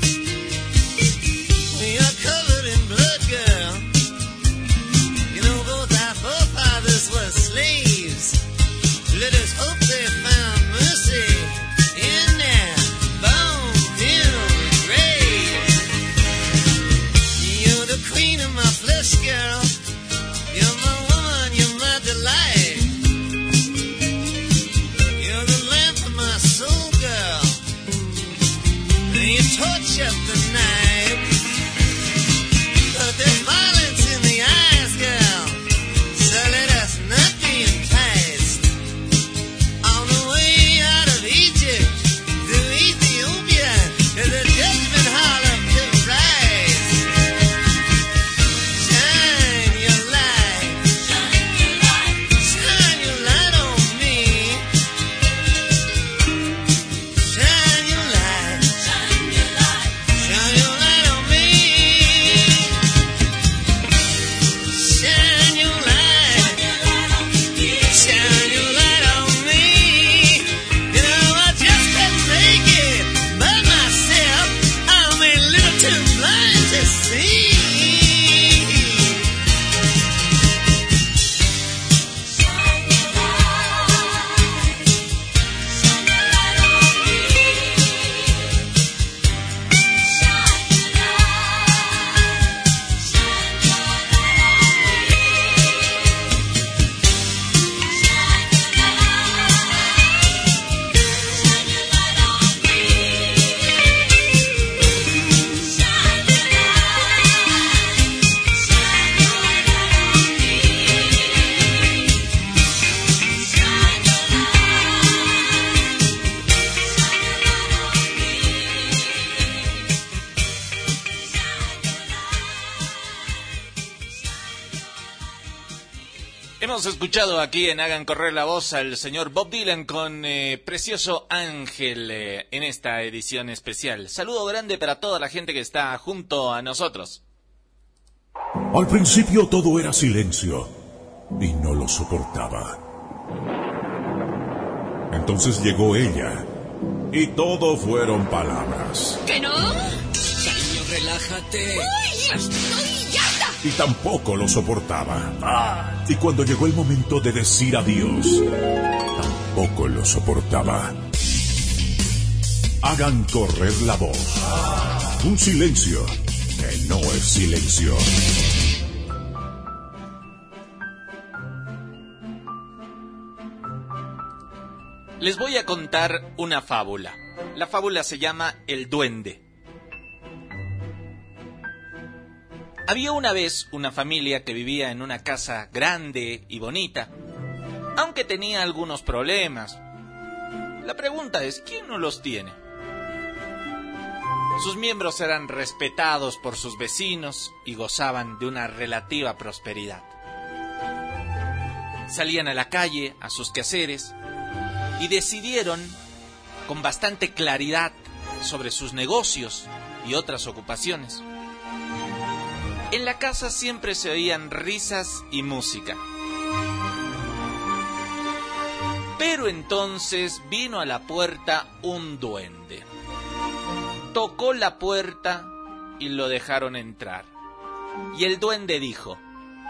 We are covered in blood, girl. You know both our forefathers were slaves. Let us hope they found mercy in their bone-filled grave. You're the queen of my flesh, girl. You're my woman, you're my delight. You're the lamp of my soul, girl. And you torch up the night. But there's violence in the eyes, girl. So let us not be enticed. On the way out of Egypt, through Ethiopia, to the judgment hall of the rise. Shine your light. Shine your light. Shine your light on me. Shine your light. Shine your light. Shine your light on me. Shine your light. Shine your light on me. You know, I just can't make it by myself. I'm a little too blind to see. Hemos escuchado aquí en Hagan Correr la Voz al señor Bob Dylan con Precioso Ángel en esta edición especial. Saludo grande para toda la gente que está junto a nosotros. Al principio todo era silencio y no lo soportaba. Entonces llegó ella y todo fueron palabras. ¿Que no? Cariño, relájate. ¡Uy! ¡Estoy harta! Y tampoco lo soportaba. Y cuando llegó el momento de decir adiós, tampoco lo soportaba. Hagan correr la voz. Un silencio que no es silencio. Les voy a contar una fábula. La fábula se llama El Duende. Había una vez una familia que vivía en una casa grande y bonita, aunque tenía algunos problemas. La pregunta es, ¿quién no los tiene? Sus miembros eran respetados por sus vecinos y gozaban de una relativa prosperidad. Salían a la calle, a sus quehaceres, y decidieron, con bastante claridad, sobre sus negocios y otras ocupaciones. En la casa siempre se oían risas y música. Pero entonces vino a la puerta un duende. Tocó la puerta y lo dejaron entrar. Y el duende dijo: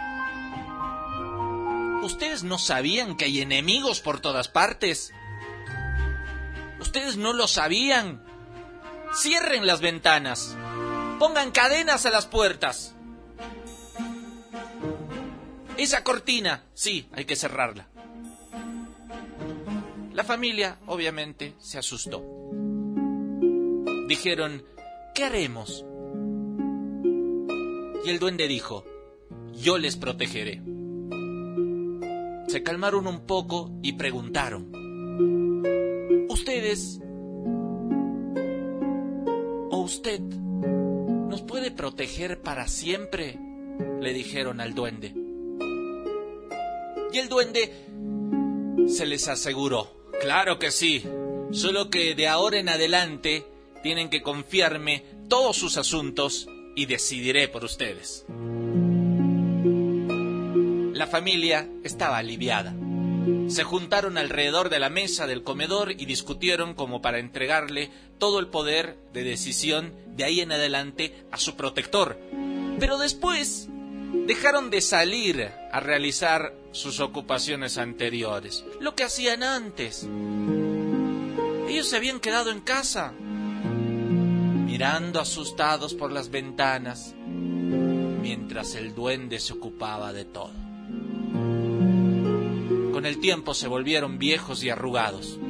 ¿Ustedes no sabían que hay enemigos por todas partes? ¿Ustedes no lo sabían? Cierren las ventanas. Pongan cadenas a las puertas. Esa cortina, sí, hay que cerrarla. La familia, obviamente, se asustó. Dijeron, ¿qué haremos? Y el duende dijo, yo les protegeré. Se calmaron un poco y preguntaron, ¿ustedes o usted nos puede proteger para siempre? Le dijeron al duende. Y el duende se les aseguró, claro que sí, solo que de ahora en adelante tienen que confiarme todos sus asuntos y decidiré por ustedes. La familia estaba aliviada. Se juntaron alrededor de la mesa del comedor y discutieron como para entregarle todo el poder de decisión de ahí en adelante a su protector. Pero después dejaron de salir a realizar sus ocupaciones anteriores, lo que hacían antes. Ellos se habían quedado en casa, mirando asustados por las ventanas, mientras el duende se ocupaba de todo. Con el tiempo se volvieron viejos y arrugados,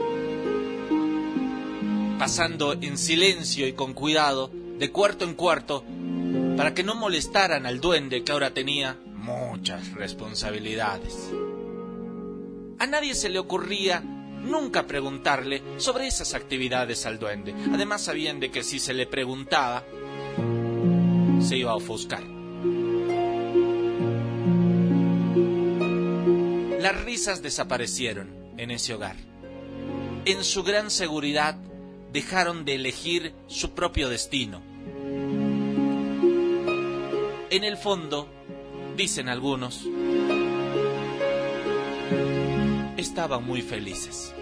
pasando en silencio y con cuidado de cuarto en cuarto para que no molestaran al duende, que ahora tenía muchas responsabilidades. A nadie se le ocurría nunca preguntarle sobre esas actividades al duende. Además sabían de que si se le preguntaba, se iba a ofuscar. Las risas desaparecieron en ese hogar. En su gran seguridad dejaron de elegir su propio destino. En el fondo, dicen algunos, estaban muy felices.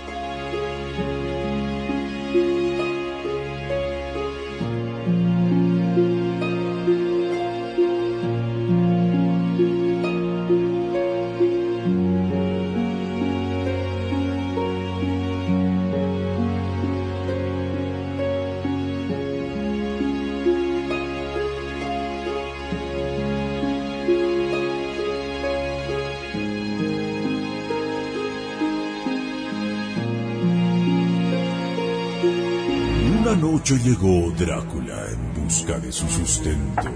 Una noche llegó Drácula en busca de su sustento.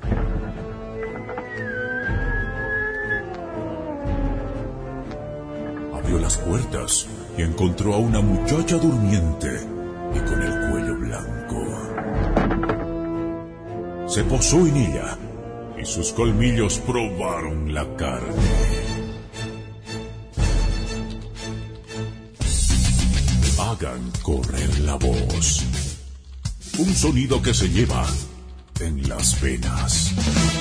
Abrió las puertas y encontró a una muchacha durmiente y con el cuello blanco. Se posó en ella y sus colmillos probaron la carne. Hagan correr la voz. Un sonido que se lleva en las venas.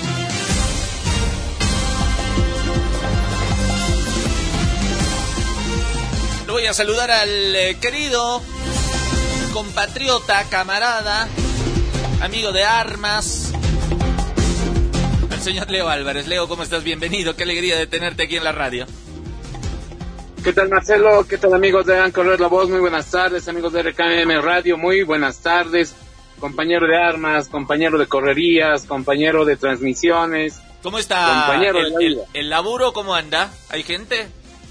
Lo voy a saludar al querido compatriota, camarada, amigo de armas, al señor Leo Álvarez. Leo, ¿cómo estás? Bienvenido, qué alegría de tenerte aquí en la radio. ¿Qué tal, Marcelo? ¿Qué tal, amigos de Hagan Correr la Voz? Muy buenas tardes, amigos de RKM Radio, muy buenas tardes. Compañero de armas, compañero de correrías, compañero de transmisiones. ¿Cómo está compañero el laburo? ¿Cómo anda? ¿Hay gente?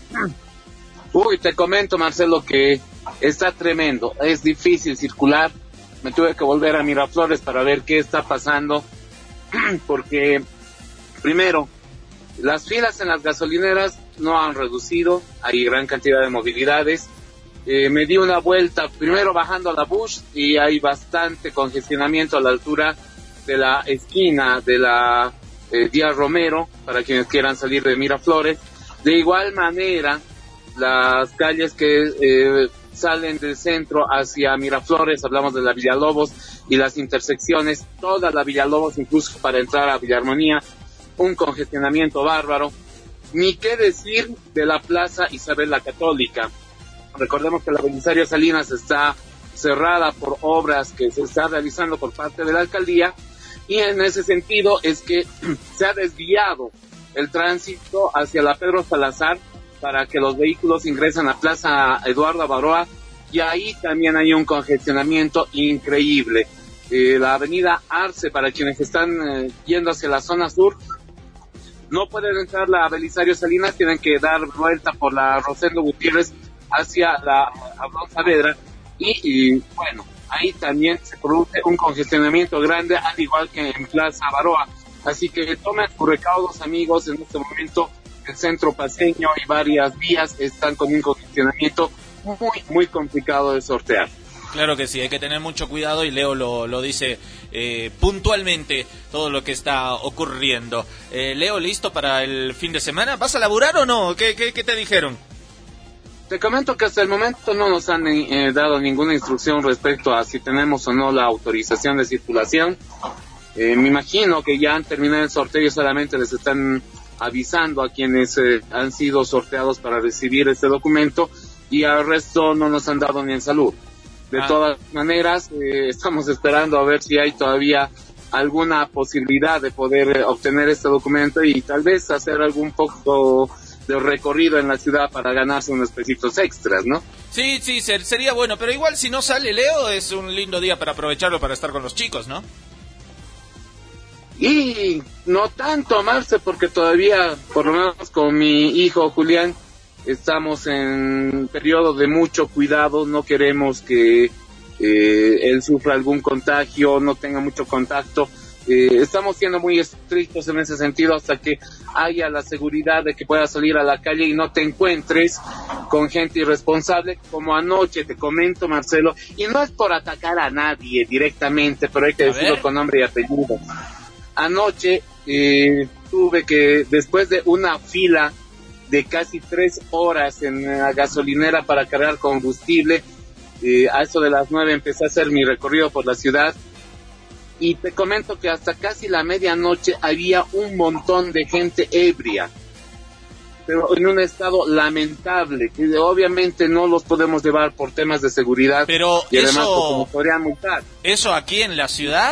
Uy, te comento, Marcelo, que está tremendo. Es difícil circular. Me tuve que volver a Miraflores para ver qué está pasando. Porque, primero, las filas en las gasolineras no han reducido. Hay gran cantidad de movilidades. Me di una vuelta primero bajando a la Bush y hay bastante congestionamiento a la altura de la esquina de la Díaz Romero para quienes quieran salir de Miraflores. De igual manera, las calles que salen del centro hacia Miraflores, hablamos de la Villalobos y las intersecciones, toda la Villalobos, incluso para entrar a Villarmonía, un congestionamiento bárbaro. Ni qué decir de la Plaza Isabel la Católica. Recordemos que la Belisario Salinas está cerrada por obras que se está realizando por parte de la alcaldía, y en ese sentido es que se ha desviado el tránsito hacia la Pedro Salazar para que los vehículos ingresen a Plaza Eduardo Avaroa, y ahí también hay un congestionamiento increíble. La avenida Arce, para quienes están yendo hacia la zona sur, no pueden entrar la Belisario Salinas, tienen que dar vuelta por la Rosendo Gutiérrez hacia la Abrón Saavedra, y bueno, ahí también se produce un congestionamiento grande, al igual que en Plaza Avaroa. Así que tomen sus recaudos, amigos. En este momento el centro paceño y varias vías están con un congestionamiento muy complicado de sortear. Claro que sí, hay que tener mucho cuidado, y Leo lo dice puntualmente todo lo que está ocurriendo. Leo, ¿listo para el fin de semana? ¿Vas a laburar o no? ¿Qué te dijeron? Te comento que hasta el momento no nos han dado ninguna instrucción respecto a si tenemos o no la autorización de circulación. Me imagino que ya han terminado el sorteo y solamente les están avisando a quienes han sido sorteados para recibir este documento, y al resto no nos han dado ni en salud. De todas maneras, estamos esperando a ver si hay todavía alguna posibilidad de poder obtener este documento y tal vez hacer algún poco de recorrido en la ciudad para ganarse unos pesitos extras, ¿no? Sí, sería bueno, pero igual si no sale Leo es un lindo día para aprovecharlo para estar con los chicos, ¿no? Y no tanto, Marce, porque todavía, por lo menos con mi hijo Julián, estamos en periodo de mucho cuidado, no queremos que él sufra algún contagio, no tenga mucho contacto. Estamos siendo muy estrictos en ese sentido hasta que haya la seguridad de que puedas salir a la calle y no te encuentres con gente irresponsable, como anoche te comento, Marcelo, y no es por atacar a nadie directamente, pero hay que decirlo con nombre y apellido. Anoche tuve que, después de una fila de casi 3 horas en la gasolinera para cargar combustible, a eso de las 9 empecé a hacer mi recorrido por la ciudad, y te comento que hasta casi la medianoche había un montón de gente ebria, pero en un estado lamentable, que obviamente no los podemos llevar por temas de seguridad, pero y además como podrían multar. ¿Eso aquí en la ciudad?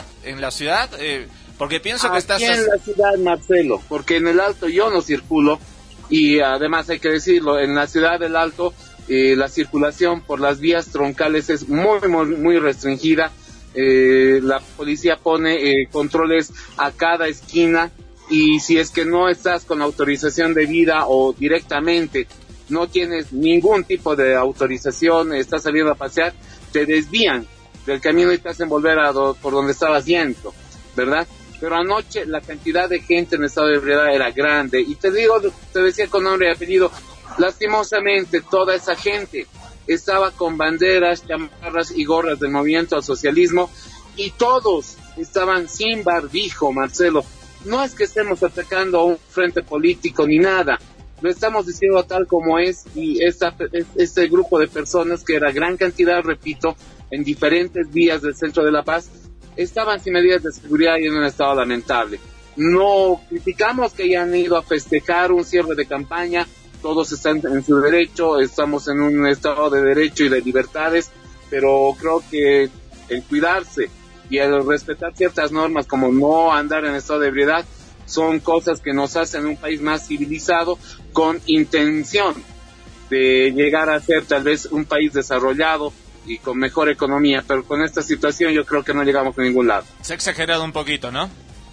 Porque pienso que estás... Aquí en la ciudad, Marcelo, porque en el Alto yo no circulo, y además hay que decirlo, en la ciudad del Alto la circulación por las vías troncales es muy restringida. La policía pone controles a cada esquina, y si es que no estás con autorización debida o directamente no tienes ningún tipo de autorización, estás saliendo a pasear, te desvían del camino y te hacen volver por donde estabas yendo, ¿verdad? Pero anoche la cantidad de gente en estado de ebriedad era grande, y te decía con nombre y apellido, lastimosamente toda esa gente estaba con banderas, chamarras y gorras del movimiento al socialismo, y todos estaban sin barbijo, Marcelo. No es que estemos atacando a un frente político ni nada, lo estamos diciendo tal como es, y este grupo de personas, que era gran cantidad, repito, en diferentes vías del centro de La Paz, estaban sin medidas de seguridad y en un estado lamentable. No criticamos que hayan ido a festejar un cierre de campaña, todos están en su derecho, estamos en un estado de derecho y de libertades, pero creo que el cuidarse y el respetar ciertas normas, como no andar en estado de ebriedad, son cosas que nos hacen un país más civilizado, con intención de llegar a ser tal vez un país desarrollado y con mejor economía, pero con esta situación yo creo que no llegamos a ningún lado. Se ha exagerado un poquito, ¿no?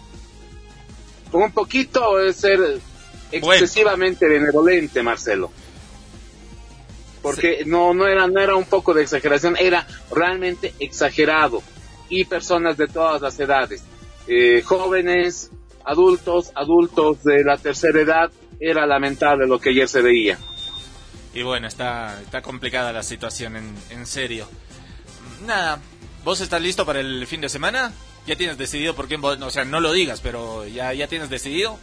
Un poquito es ser excesivamente benevolente, Marcelo. Porque sí. no era un poco de exageración, era realmente exagerado. Y personas de todas las edades, jóvenes, adultos de la tercera edad, era lamentable lo que ayer se veía. Y bueno, está complicada la situación, en serio. Nada, ¿vos estás listo para el fin de semana? ¿Ya tienes decidido por quién? O sea, no lo digas, pero ¿ya tienes decidido?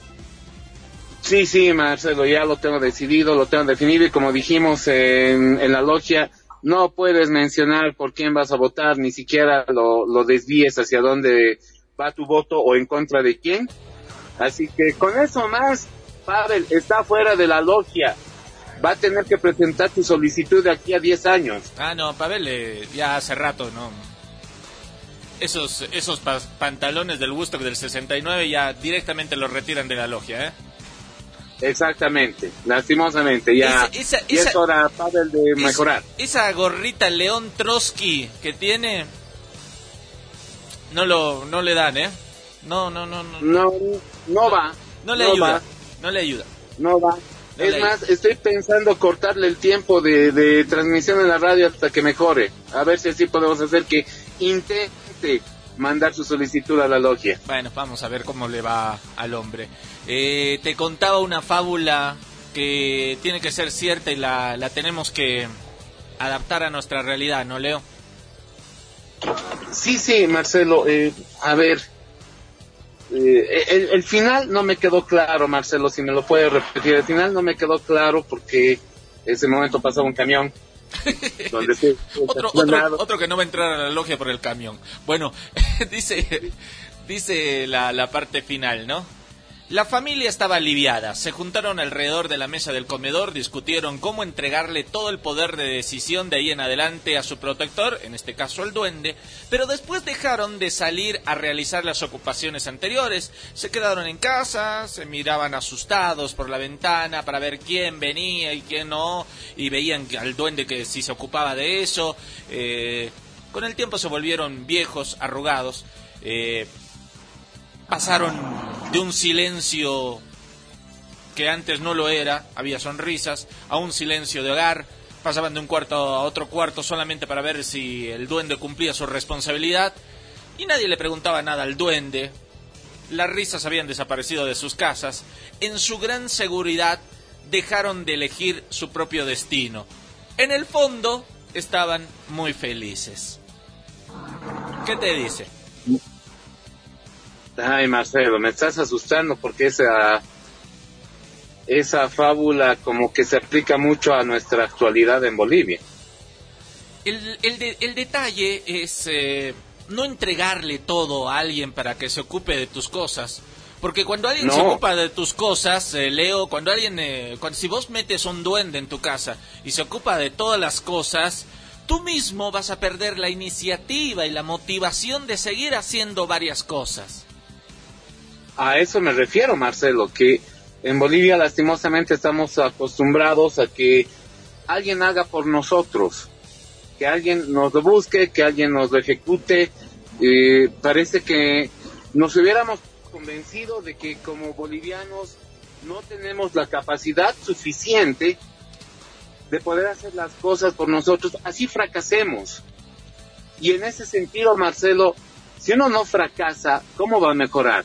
Sí, Marcelo, ya lo tengo decidido, lo tengo definido, y como dijimos en la logia, no puedes mencionar por quién vas a votar, ni siquiera lo desvíes hacia dónde va tu voto o en contra de quién. Así que con eso más, Pavel está fuera de la logia. Va a tener que presentar tu solicitud de aquí a 10 años. No, Pavel, ya hace rato, ¿no? Esos pantalones del Woodstock del 69 ya directamente los retiran de la logia, ¿eh? Exactamente, lastimosamente, ya es hora, Pavel, de mejorar. Esa gorrita León Trotsky que tiene, no le dan, ¿eh? No va. No le ayuda. No va. Es más, estoy pensando cortarle el tiempo de transmisión en la radio hasta que mejore. A ver si así podemos hacer que intente mandar su solicitud a la logia. Bueno, vamos a ver cómo le va al hombre. Te contaba una fábula que tiene que ser cierta y la tenemos que adaptar a nuestra realidad, ¿no, Leo? Sí, Marcelo. A ver, el final no me quedó claro, Marcelo, si me lo puedes repetir. El final no me quedó claro porque ese momento pasaba un camión. Donde otro que no va a entrar a la logia por el camión. Bueno, dice la parte final, ¿no? La familia estaba aliviada, se juntaron alrededor de la mesa del comedor, discutieron cómo entregarle todo el poder de decisión de ahí en adelante a su protector, en este caso el duende, pero después dejaron de salir a realizar las ocupaciones anteriores, se quedaron en casa, se miraban asustados por la ventana para ver quién venía y quién no, y veían al duende que sí se ocupaba de eso. Con el tiempo se volvieron viejos, arrugados, pasaron de un silencio que antes no lo era, había sonrisas, a un silencio de hogar, pasaban de un cuarto a otro cuarto solamente para ver si el duende cumplía su responsabilidad, y nadie le preguntaba nada al duende. Las risas habían desaparecido de sus casas, en su gran seguridad dejaron de elegir su propio destino. En el fondo estaban muy felices. ¿Qué te dice? Ay, Marcelo, me estás asustando porque esa fábula como que se aplica mucho a nuestra actualidad en Bolivia. El detalle es no entregarle todo a alguien para que se ocupe de tus cosas. Porque cuando alguien se ocupa de tus cosas, Leo, si vos metes un duende en tu casa y se ocupa de todas las cosas, tú mismo vas a perder la iniciativa y la motivación de seguir haciendo varias cosas. A eso me refiero, Marcelo, que en Bolivia lastimosamente estamos acostumbrados a que alguien haga por nosotros, que alguien nos lo busque, que alguien nos lo ejecute. Parece que nos hubiéramos convencido de que como bolivianos no tenemos la capacidad suficiente de poder hacer las cosas por nosotros, así fracasemos. Y en ese sentido, Marcelo, si uno no fracasa, ¿cómo va a mejorar?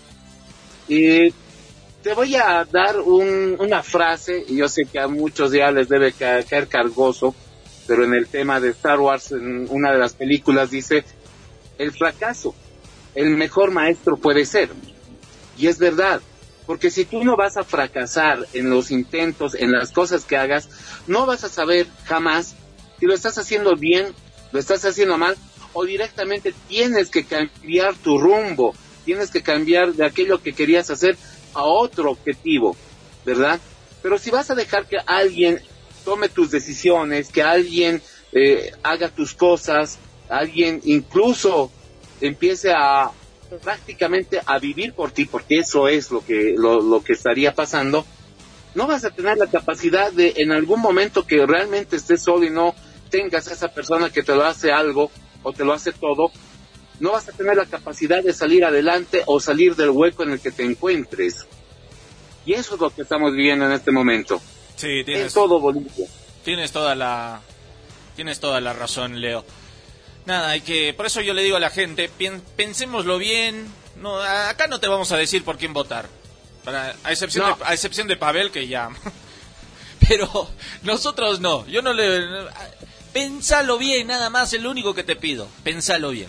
Te voy a dar una frase, y yo sé que a muchos ya les debe caer cargoso, pero en el tema de Star Wars, en una de las películas dice, el fracaso, el mejor maestro puede ser. Y es verdad, porque si tú no vas a fracasar en los intentos, en las cosas que hagas, no vas a saber jamás si lo estás haciendo bien, lo estás haciendo mal, o directamente tienes que cambiar tu rumbo, tienes que cambiar de aquello que querías hacer a otro objetivo, ¿verdad? Pero si vas a dejar que alguien tome tus decisiones, que alguien haga tus cosas, alguien incluso empiece a prácticamente a vivir por ti, porque eso es lo que estaría pasando, no vas a tener la capacidad de en algún momento que realmente estés solo y no tengas a esa persona que te lo hace algo o te lo hace todo, no vas a tener la capacidad de salir adelante o salir del hueco en el que te encuentres. Y eso es lo que estamos viviendo en este momento. Sí, en todo Bolivia. Tienes toda la razón, Leo. Nada, por eso yo le digo a la gente, pensémoslo bien. No, acá no te vamos a decir por quién votar. A excepción de Pavel, que ya. Pero nosotros no. Pénsalo bien, nada más, es lo único que te pido. Pénsalo bien.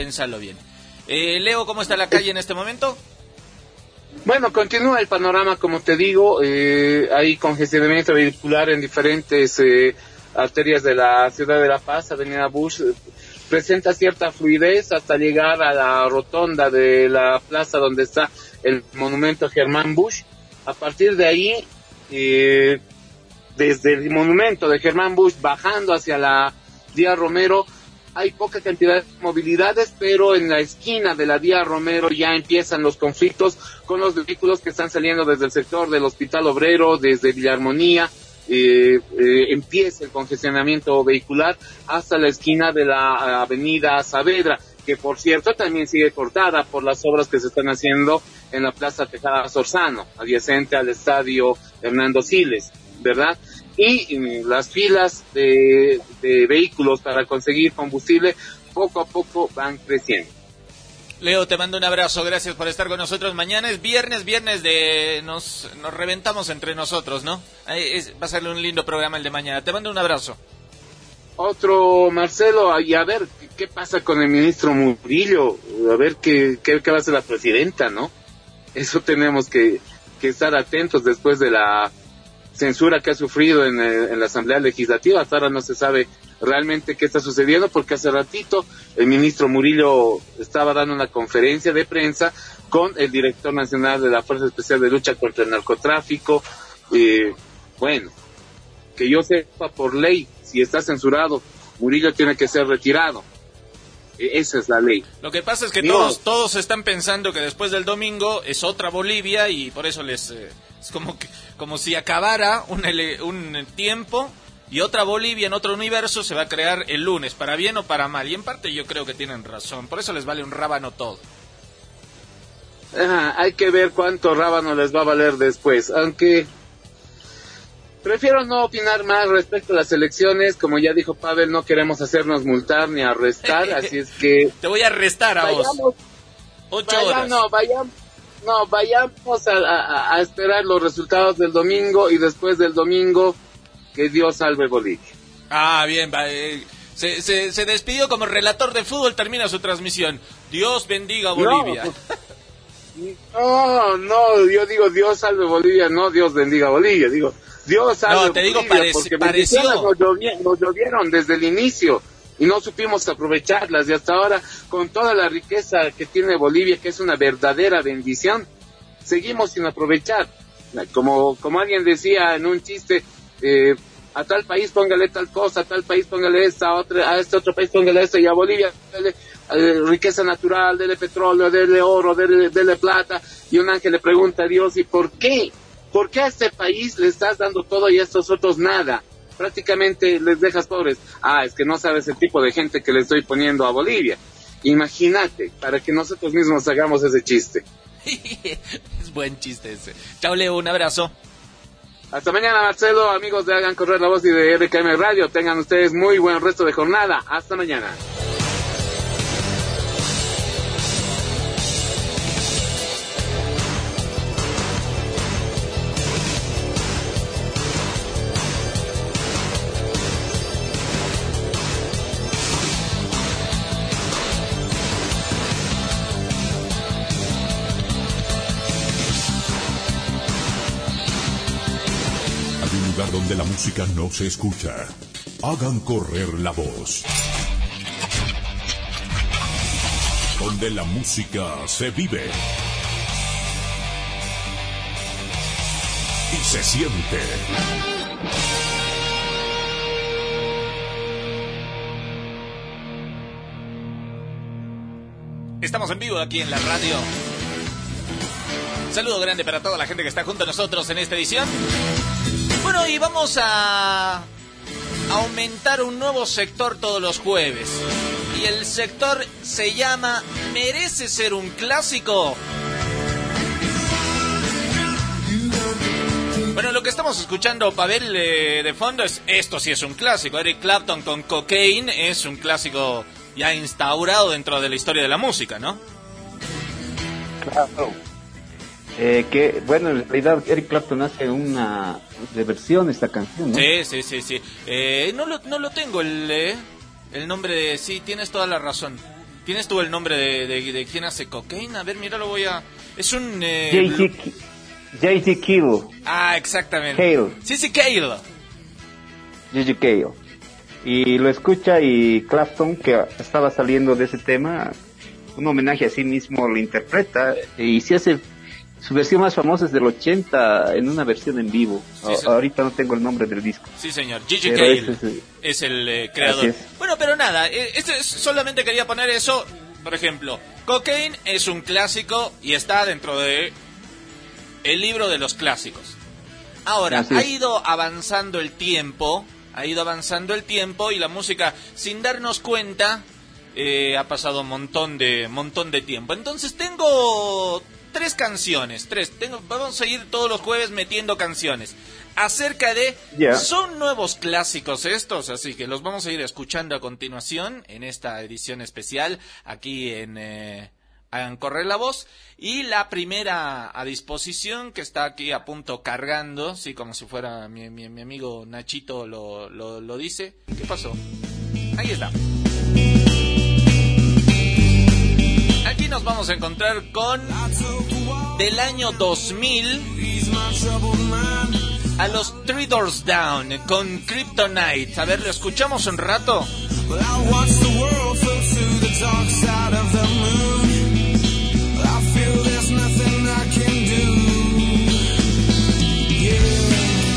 Leo, ¿cómo está la calle en este momento? Bueno, continúa el panorama, como te digo. Hay congestionamiento vehicular en diferentes arterias de la ciudad de La Paz. Avenida Bush presenta cierta fluidez hasta llegar a la rotonda de la plaza donde está el monumento Germán Bush. A partir de ahí, desde el monumento de Germán Bush bajando hacia la Díaz Romero, hay poca cantidad de movilidades, pero en la esquina de la Díaz Romero ya empiezan los conflictos con los vehículos que están saliendo desde el sector del Hospital Obrero, desde Villa Armonía. Empieza el congestionamiento vehicular hasta la esquina de la Avenida Saavedra, que por cierto también sigue cortada por las obras que se están haciendo en la Plaza Tejada Sorzano, adyacente al Estadio Hernando Siles, ¿verdad? Y las filas de vehículos para conseguir combustible poco a poco van creciendo. Leo, te mando un abrazo, gracias por estar con nosotros. Mañana es viernes de nos reventamos entre nosotros, ¿no? Va a ser un lindo programa el de mañana. Te mando un abrazo. Otro, Marcelo, y a ver qué pasa con el ministro Murillo, a ver qué va a hacer la presidenta, ¿no? Eso tenemos que estar atentos después de la censura que ha sufrido en la Asamblea Legislativa. Hasta ahora no se sabe realmente qué está sucediendo, porque hace ratito el ministro Murillo estaba dando una conferencia de prensa con el director nacional de la Fuerza Especial de Lucha contra el Narcotráfico. Bueno, que yo sepa, por ley, si está censurado, Murillo tiene que ser retirado. Esa es la ley. Lo que pasa es que todos están pensando que después del domingo es otra Bolivia, y por eso es como si acabara un tiempo y otra Bolivia en otro universo se va a crear el lunes, para bien o para mal. Y en parte yo creo que tienen razón, por eso les vale un rábano todo. Hay que ver cuánto rábano les va a valer después, aunque prefiero no opinar más respecto a las elecciones. Como ya dijo Pavel, no queremos hacernos multar ni arrestar, así es que... Te voy a arrestar a vos. 8 horas. Vayamos a esperar los resultados del domingo, y después del domingo, que Dios salve Bolivia. Bien, se despidió como relator de fútbol, termina su transmisión. Dios bendiga Bolivia. No, yo digo Dios salve Bolivia, no Dios bendiga Bolivia, digo Dios salve Bolivia. No, te digo, porque pareció. Nos llovieron desde el inicio y no supimos aprovecharlas, y hasta ahora, con toda la riqueza que tiene Bolivia, que es una verdadera bendición, seguimos sin aprovechar. Como alguien decía en un chiste, a tal país póngale tal cosa, a tal país póngale esta, a este otro país póngale esta, y a Bolivia dele riqueza natural, dele petróleo, dele oro, dele plata. Y un ángel le pregunta a Dios, ¿y por qué? ¿Por qué a este país le estás dando todo y a estos otros nada? Prácticamente les dejas pobres. Es que no sabes el tipo de gente que le estoy poniendo a Bolivia. Imagínate, para que nosotros mismos hagamos ese chiste. Es buen chiste ese. Chao, Leo, un abrazo. Hasta mañana, Marcelo, amigos de Hagan Correr la Voz y de RKM Radio. Tengan ustedes muy buen resto de jornada. Hasta mañana. Donde la música no se escucha. Hagan correr la voz. Donde la música se vive y se siente. Estamos en vivo aquí en la radio. Saludo grande para toda la gente que está junto a nosotros en esta edición. Bueno, y vamos a aumentar un nuevo sector todos los jueves. Y el sector se llama ¿Merece ser un clásico? Bueno, lo que estamos escuchando, Pavel, de fondo es Esto sí es un clásico. Eric Clapton con Cocaine es un clásico ya instaurado dentro de la historia de la música, ¿no? Claro. Bueno, en realidad Eric Clapton hace una reversión de esta canción, ¿no? Sí. No lo tengo el nombre de... Sí, tienes toda la razón. ¿Tienes tú el nombre de quién hace Cocaine? A ver, mira, lo voy a... Es un... J.G. Cale. Exactamente. Cale. Sí, Cale. J.G. Cale. Y lo escucha, y Clapton, que estaba saliendo de ese tema, un homenaje a sí mismo, lo interpreta y se hace... Su versión más famosa es del 80, en una versión en vivo. Ahorita no tengo el nombre del disco. Sí, señor. J.G. Cale es el creador. Es. Bueno, pero nada, solamente quería poner eso. Por ejemplo, Cocaine es un clásico y está dentro de el libro de los clásicos. Ahora, ha ido avanzando el tiempo, y la música, sin darnos cuenta, ha pasado un montón de tiempo. Entonces tengo... 3 canciones, vamos a ir todos los jueves metiendo canciones acerca de... Son nuevos clásicos estos, así que los vamos a ir escuchando a continuación en esta edición especial aquí en Hagan Correr la Voz. Y la primera a disposición, que está aquí a punto cargando, sí, como si fuera mi amigo Nachito lo dice. ¿Qué pasó? Ahí está. Aquí nos vamos a encontrar con del año 2000 a los Three Doors Down con Kryptonite. A ver, ¿lo escuchamos un rato? Well, I watch the world float to the dark side of the moon. I feel there's nothing I can do. Yeah.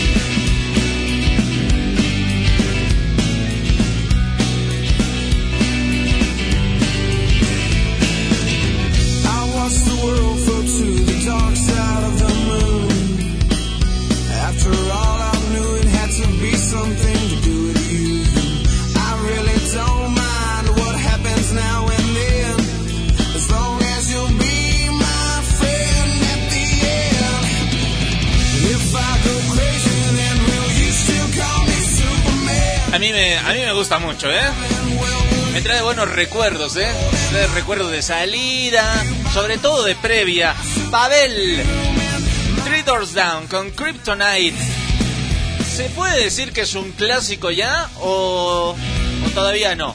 I watch the world float to the dark side of the moon. After all, I knew it had to be something to do with you. Don't mind what happens now and then, as long as you'll be my friend at the end. If I go crazy, then will you still call me Superman? A mí me gusta mucho, Me trae buenos recuerdos, Me trae recuerdos de salida, sobre todo de previa. Pavel, Three Doors Down con Kryptonite. ¿Se puede decir que es un clásico ya o todavía no?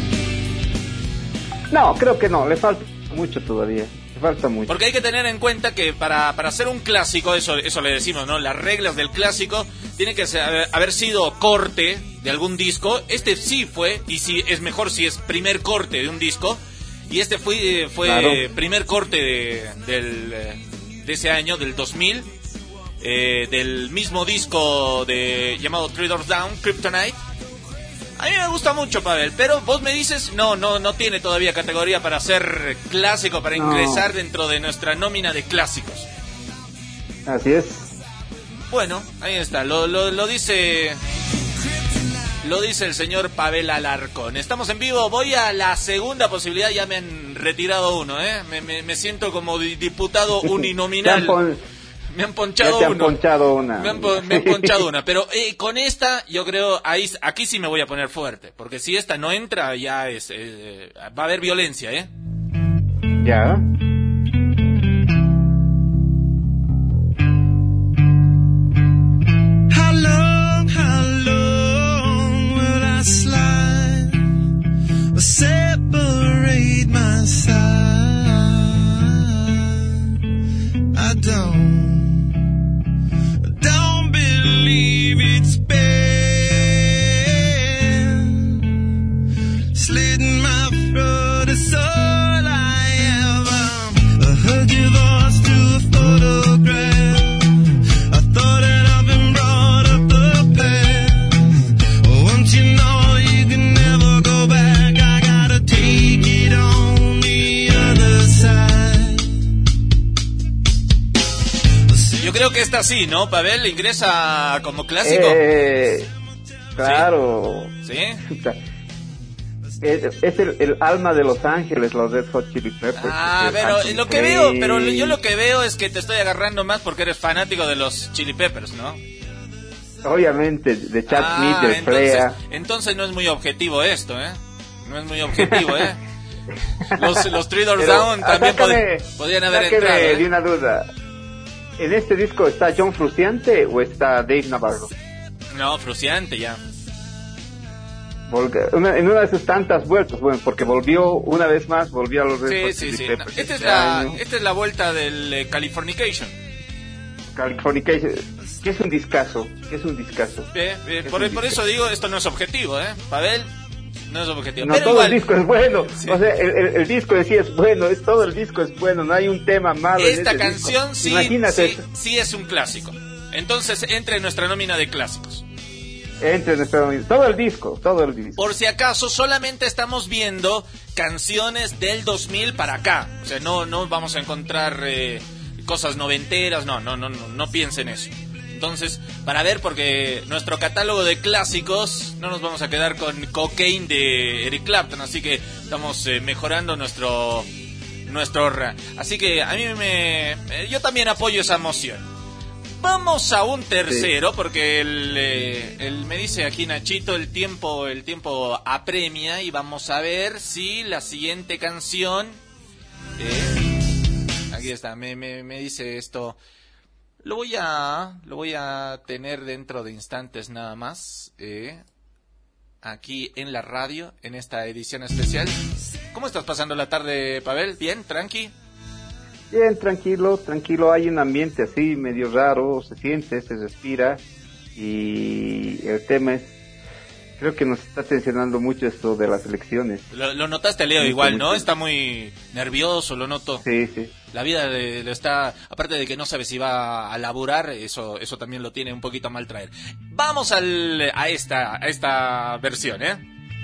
No, creo que no, le falta mucho todavía. Le falta mucho. Porque hay que tener en cuenta que para hacer un clásico, eso le decimos, ¿no? Las reglas del clásico tiene que haber sido corte de algún disco. Este sí fue, y sí es mejor si es primer corte de un disco. Y este fue claro, primer corte de ese año, del 2000, del mismo disco llamado Three Doors Down, Kryptonite. A mí me gusta mucho, Pavel, pero vos me dices, no tiene todavía categoría para ser clásico, para ingresar dentro de nuestra nómina de clásicos. Así es. Bueno, ahí está, lo dice el señor Pavel Alarcón. Estamos en vivo, voy a la segunda posibilidad, ya me han retirado uno, me siento como diputado uninominal. Me han ponchado una. Me han ponchado una. Pero con esta, yo creo, aquí sí me voy a poner fuerte. Porque si esta no entra, ya va a haber violencia, Ya. How long will I slide or separate my side? I don't believe it's been slit in my throat. It's all I ever heard your voice through a photograph. I thought that I've been brought up the past. Once you know you can never go back, I gotta take it on the other side. Yo creo que esta sí, ¿no, Pavel? ¿Ingresa como clásico? Claro. ¿Sí? Es el alma de Los Ángeles, los Red Hot Chili Peppers. Pero yo lo que veo es que te estoy agarrando más porque eres fanático de los Chili Peppers, ¿no? Obviamente, de Chad Smith, de Freya. Entonces no es muy objetivo esto, No es muy objetivo, Los Three Doors Down también podían haber entrado. De una duda. ¿En este disco está John Frusciante o está Dave Navarro? No, Frusciante ya. En una de sus tantas vueltas, porque volvió una vez más, volvió a los Red Hot Chili Peppers. No, esta es la vuelta del Californication. Que es un discazo, Por eso digo, esto no es objetivo, Pavel, no es objetivo. No, pero todo igual, el disco es bueno, o sea, el disco en sí es bueno, todo el disco es bueno, no hay un tema malo. Esta canción sí es un clásico, entonces entra en nuestra nómina de clásicos. Todo el disco. Por si acaso, solamente estamos viendo canciones del 2000 para acá. O sea, no vamos a encontrar cosas noventeras, no piensen eso. Entonces, para ver, porque nuestro catálogo de clásicos, no nos vamos a quedar con Cocaine de Eric Clapton, así que estamos mejorando nuestro así que a mí yo también apoyo esa moción. Vamos a un tercero, porque él me dice aquí, Nachito, el tiempo apremia, y vamos a ver si la siguiente canción, aquí está, me dice esto, lo voy a tener dentro de instantes nada más, aquí en la radio, en esta edición especial. ¿Cómo estás pasando la tarde, Pavel? ¿Bien? ¿Tranqui? Bien, tranquilo, hay un ambiente así medio raro, se siente, se respira, Y el tema es, creo que nos está tensionando mucho esto de las elecciones. Lo notaste, Leo, igual, ¿no? Está muy nervioso, lo noto. Sí, sí. La vida lo está, aparte de que no sabe si va a laburar, eso también lo tiene un poquito a mal traer. Vamos a esta versión, ¿eh?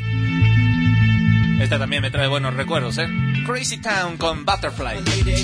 Esta también me trae buenos recuerdos, ¿eh? Crazy Town con Butterfly.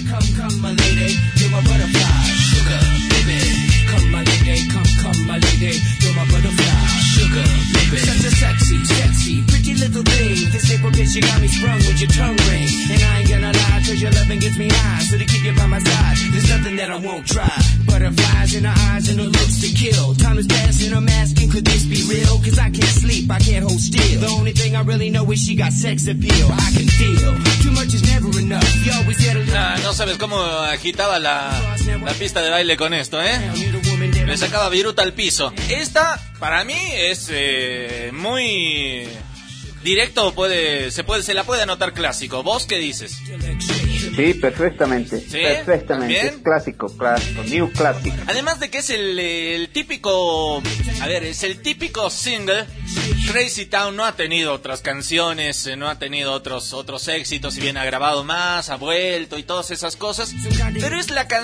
Such a sexy, pretty little thing. This April kiss, you got me sprung with your tongue ring. And I ain't gonna lie, cause your loving gets me high. So to keep you by my side, there's nothing that I won't try. Butterflies in her eyes and her looks to kill. Time is passing, I'm asking, could this be real? Cause I can't sleep, I can't hold still. The only thing I really know is she got sex appeal. I can feel, too much is never enough. You always get a no sabes cómo agitaba la pista de baile con esto, ¿eh? Le sacaba viruta al piso. Esta, para mí, es muy directo, se la puede anotar clásico. ¿Vos qué dices? Sí, perfectamente. ¿Sí? Perfectamente. ¿También? Es clásico, new classic. Además de que es el típico, es el típico single. Crazy Town no ha tenido otras canciones, no ha tenido otros éxitos, si bien ha grabado más, ha vuelto y todas esas cosas. Pero es la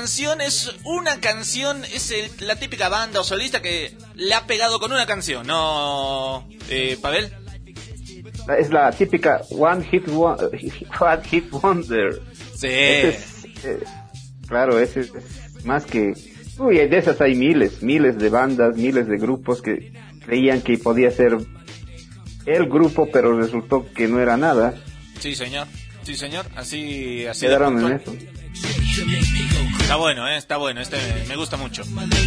la típica banda o solista que le ha pegado con una canción, ¿no, Pavel? Es la típica One Hit Wonder. Sí. Claro, ese es más que... Uy, de esas hay miles de bandas, miles de grupos que creían que podía ser el grupo, pero resultó que no era nada. Sí, señor. Así quedaron en eso. Está bueno, me gusta mucho.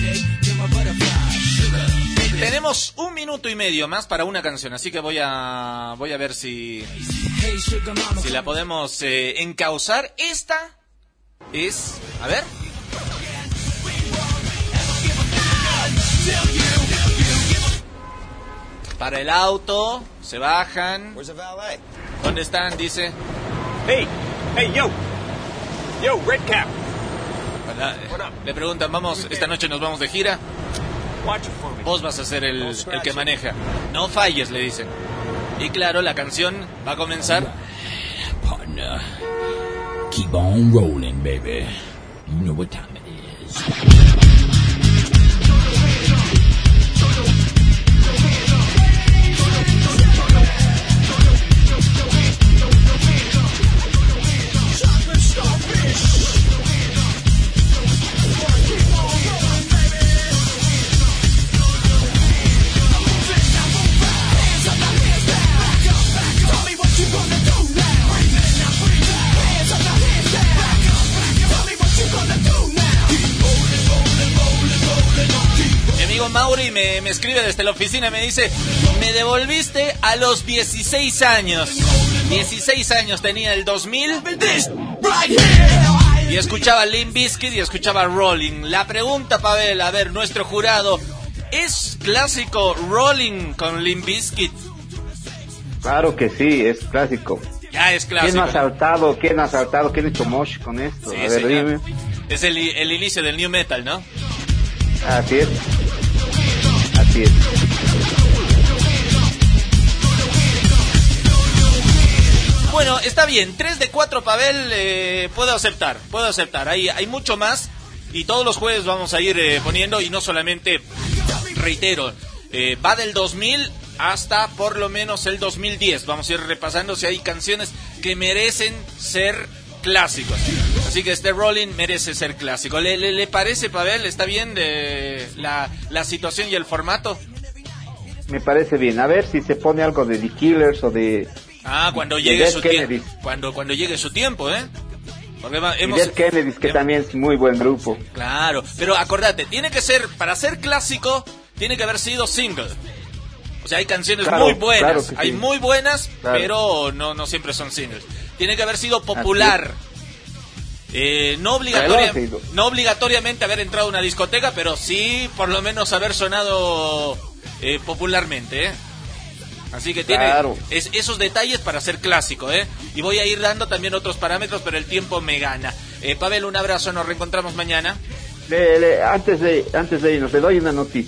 Tenemos 1 minuto y medio más para una canción, así que voy a ver si la podemos encauzar. Esta es, a ver. Para el auto, se bajan. ¿Dónde están? Dice. Hey, yo, Red Cap. Le preguntan, esta noche nos vamos de gira. Vos vas a ser el que maneja. No falles, le dicen. Y claro, la canción va a comenzar. Partner, keep on rolling, baby. You know what time it is. Mauri me escribe desde la oficina y me dice: me devolviste a los 16 años. 16 años tenía el 2000 y escuchaba Limp Bizkit y escuchaba Rolling. La pregunta, Pavel, a ver, nuestro jurado, ¿es clásico Rolling con Limp Bizkit? Claro que sí, es clásico. Ya es clásico. ¿Quién ha saltado? ¿Quién ha hecho mosh con esto? Sí, a ver, dime. Es el inicio del new metal, ¿no? Así es. Bueno, está bien, 3 de 4, Pavel, puedo aceptar. Hay mucho más y todos los jueves vamos a ir poniendo, y no solamente, reitero, va del 2000 hasta por lo menos el 2010. Vamos a ir repasando si hay canciones que merecen ser clásicos. Así que este Rolling merece ser clásico. ¿Le parece, Pavel? ¿Está bien la situación y el formato? Me parece bien. A ver si se pone algo de The Killers o de... cuando llegue su tiempo. Cuando llegue su tiempo, ¿eh? Porque Dead Kennedys, que también es muy buen grupo. Claro, pero acordate, tiene que ser, para ser clásico, tiene que haber sido single. O sea, hay canciones muy buenas, hay muy buenas, pero no siempre son singles. Tiene que haber sido popular. No obligatoriamente haber entrado a una discoteca, pero sí por lo menos haber sonado popularmente, Así que tiene esos detalles para ser clásico, Y voy a ir dando también otros parámetros, pero el tiempo me gana. Pavel, un abrazo, nos reencontramos mañana. Antes de irnos, le doy una noticia.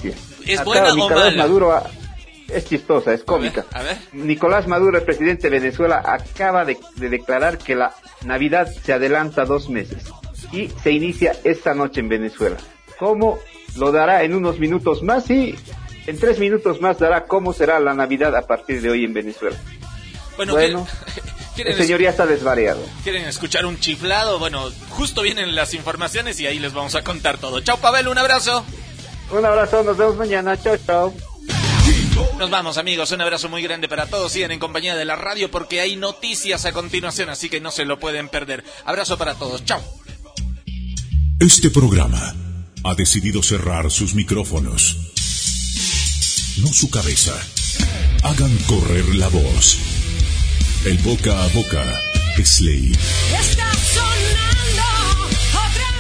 ¿Es buena o Nicolás mala? Maduro es chistosa, es cómica. A ver. Nicolás Maduro, el presidente de Venezuela, acaba de declarar que la Navidad se adelanta 2 meses y se inicia esta noche en Venezuela. ¿Cómo? Lo dará en unos minutos más y en 3 minutos más dará cómo será la Navidad a partir de hoy en Venezuela. Bueno, el señor ya está desvariado. ¿Quieren escuchar un chiflado? Bueno, justo vienen las informaciones y ahí les vamos a contar todo. Chao, Pavel, un abrazo. Un abrazo, nos vemos mañana. Chao, chao. Nos vamos, amigos, un abrazo muy grande para todos. Sigan en compañía de la radio porque hay noticias a continuación, así que no se lo pueden perder. Abrazo para todos, chao. Este programa ha decidido cerrar sus micrófonos, no su cabeza. Hagan correr la voz. El boca a boca es ley. Está sonando otra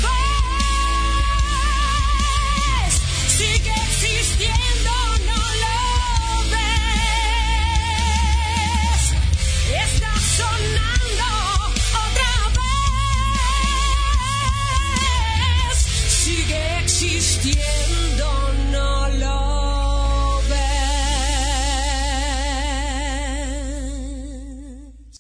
vez. Sigue existiendo, no lo ves. Está sonando otra vez. Sigue existiendo.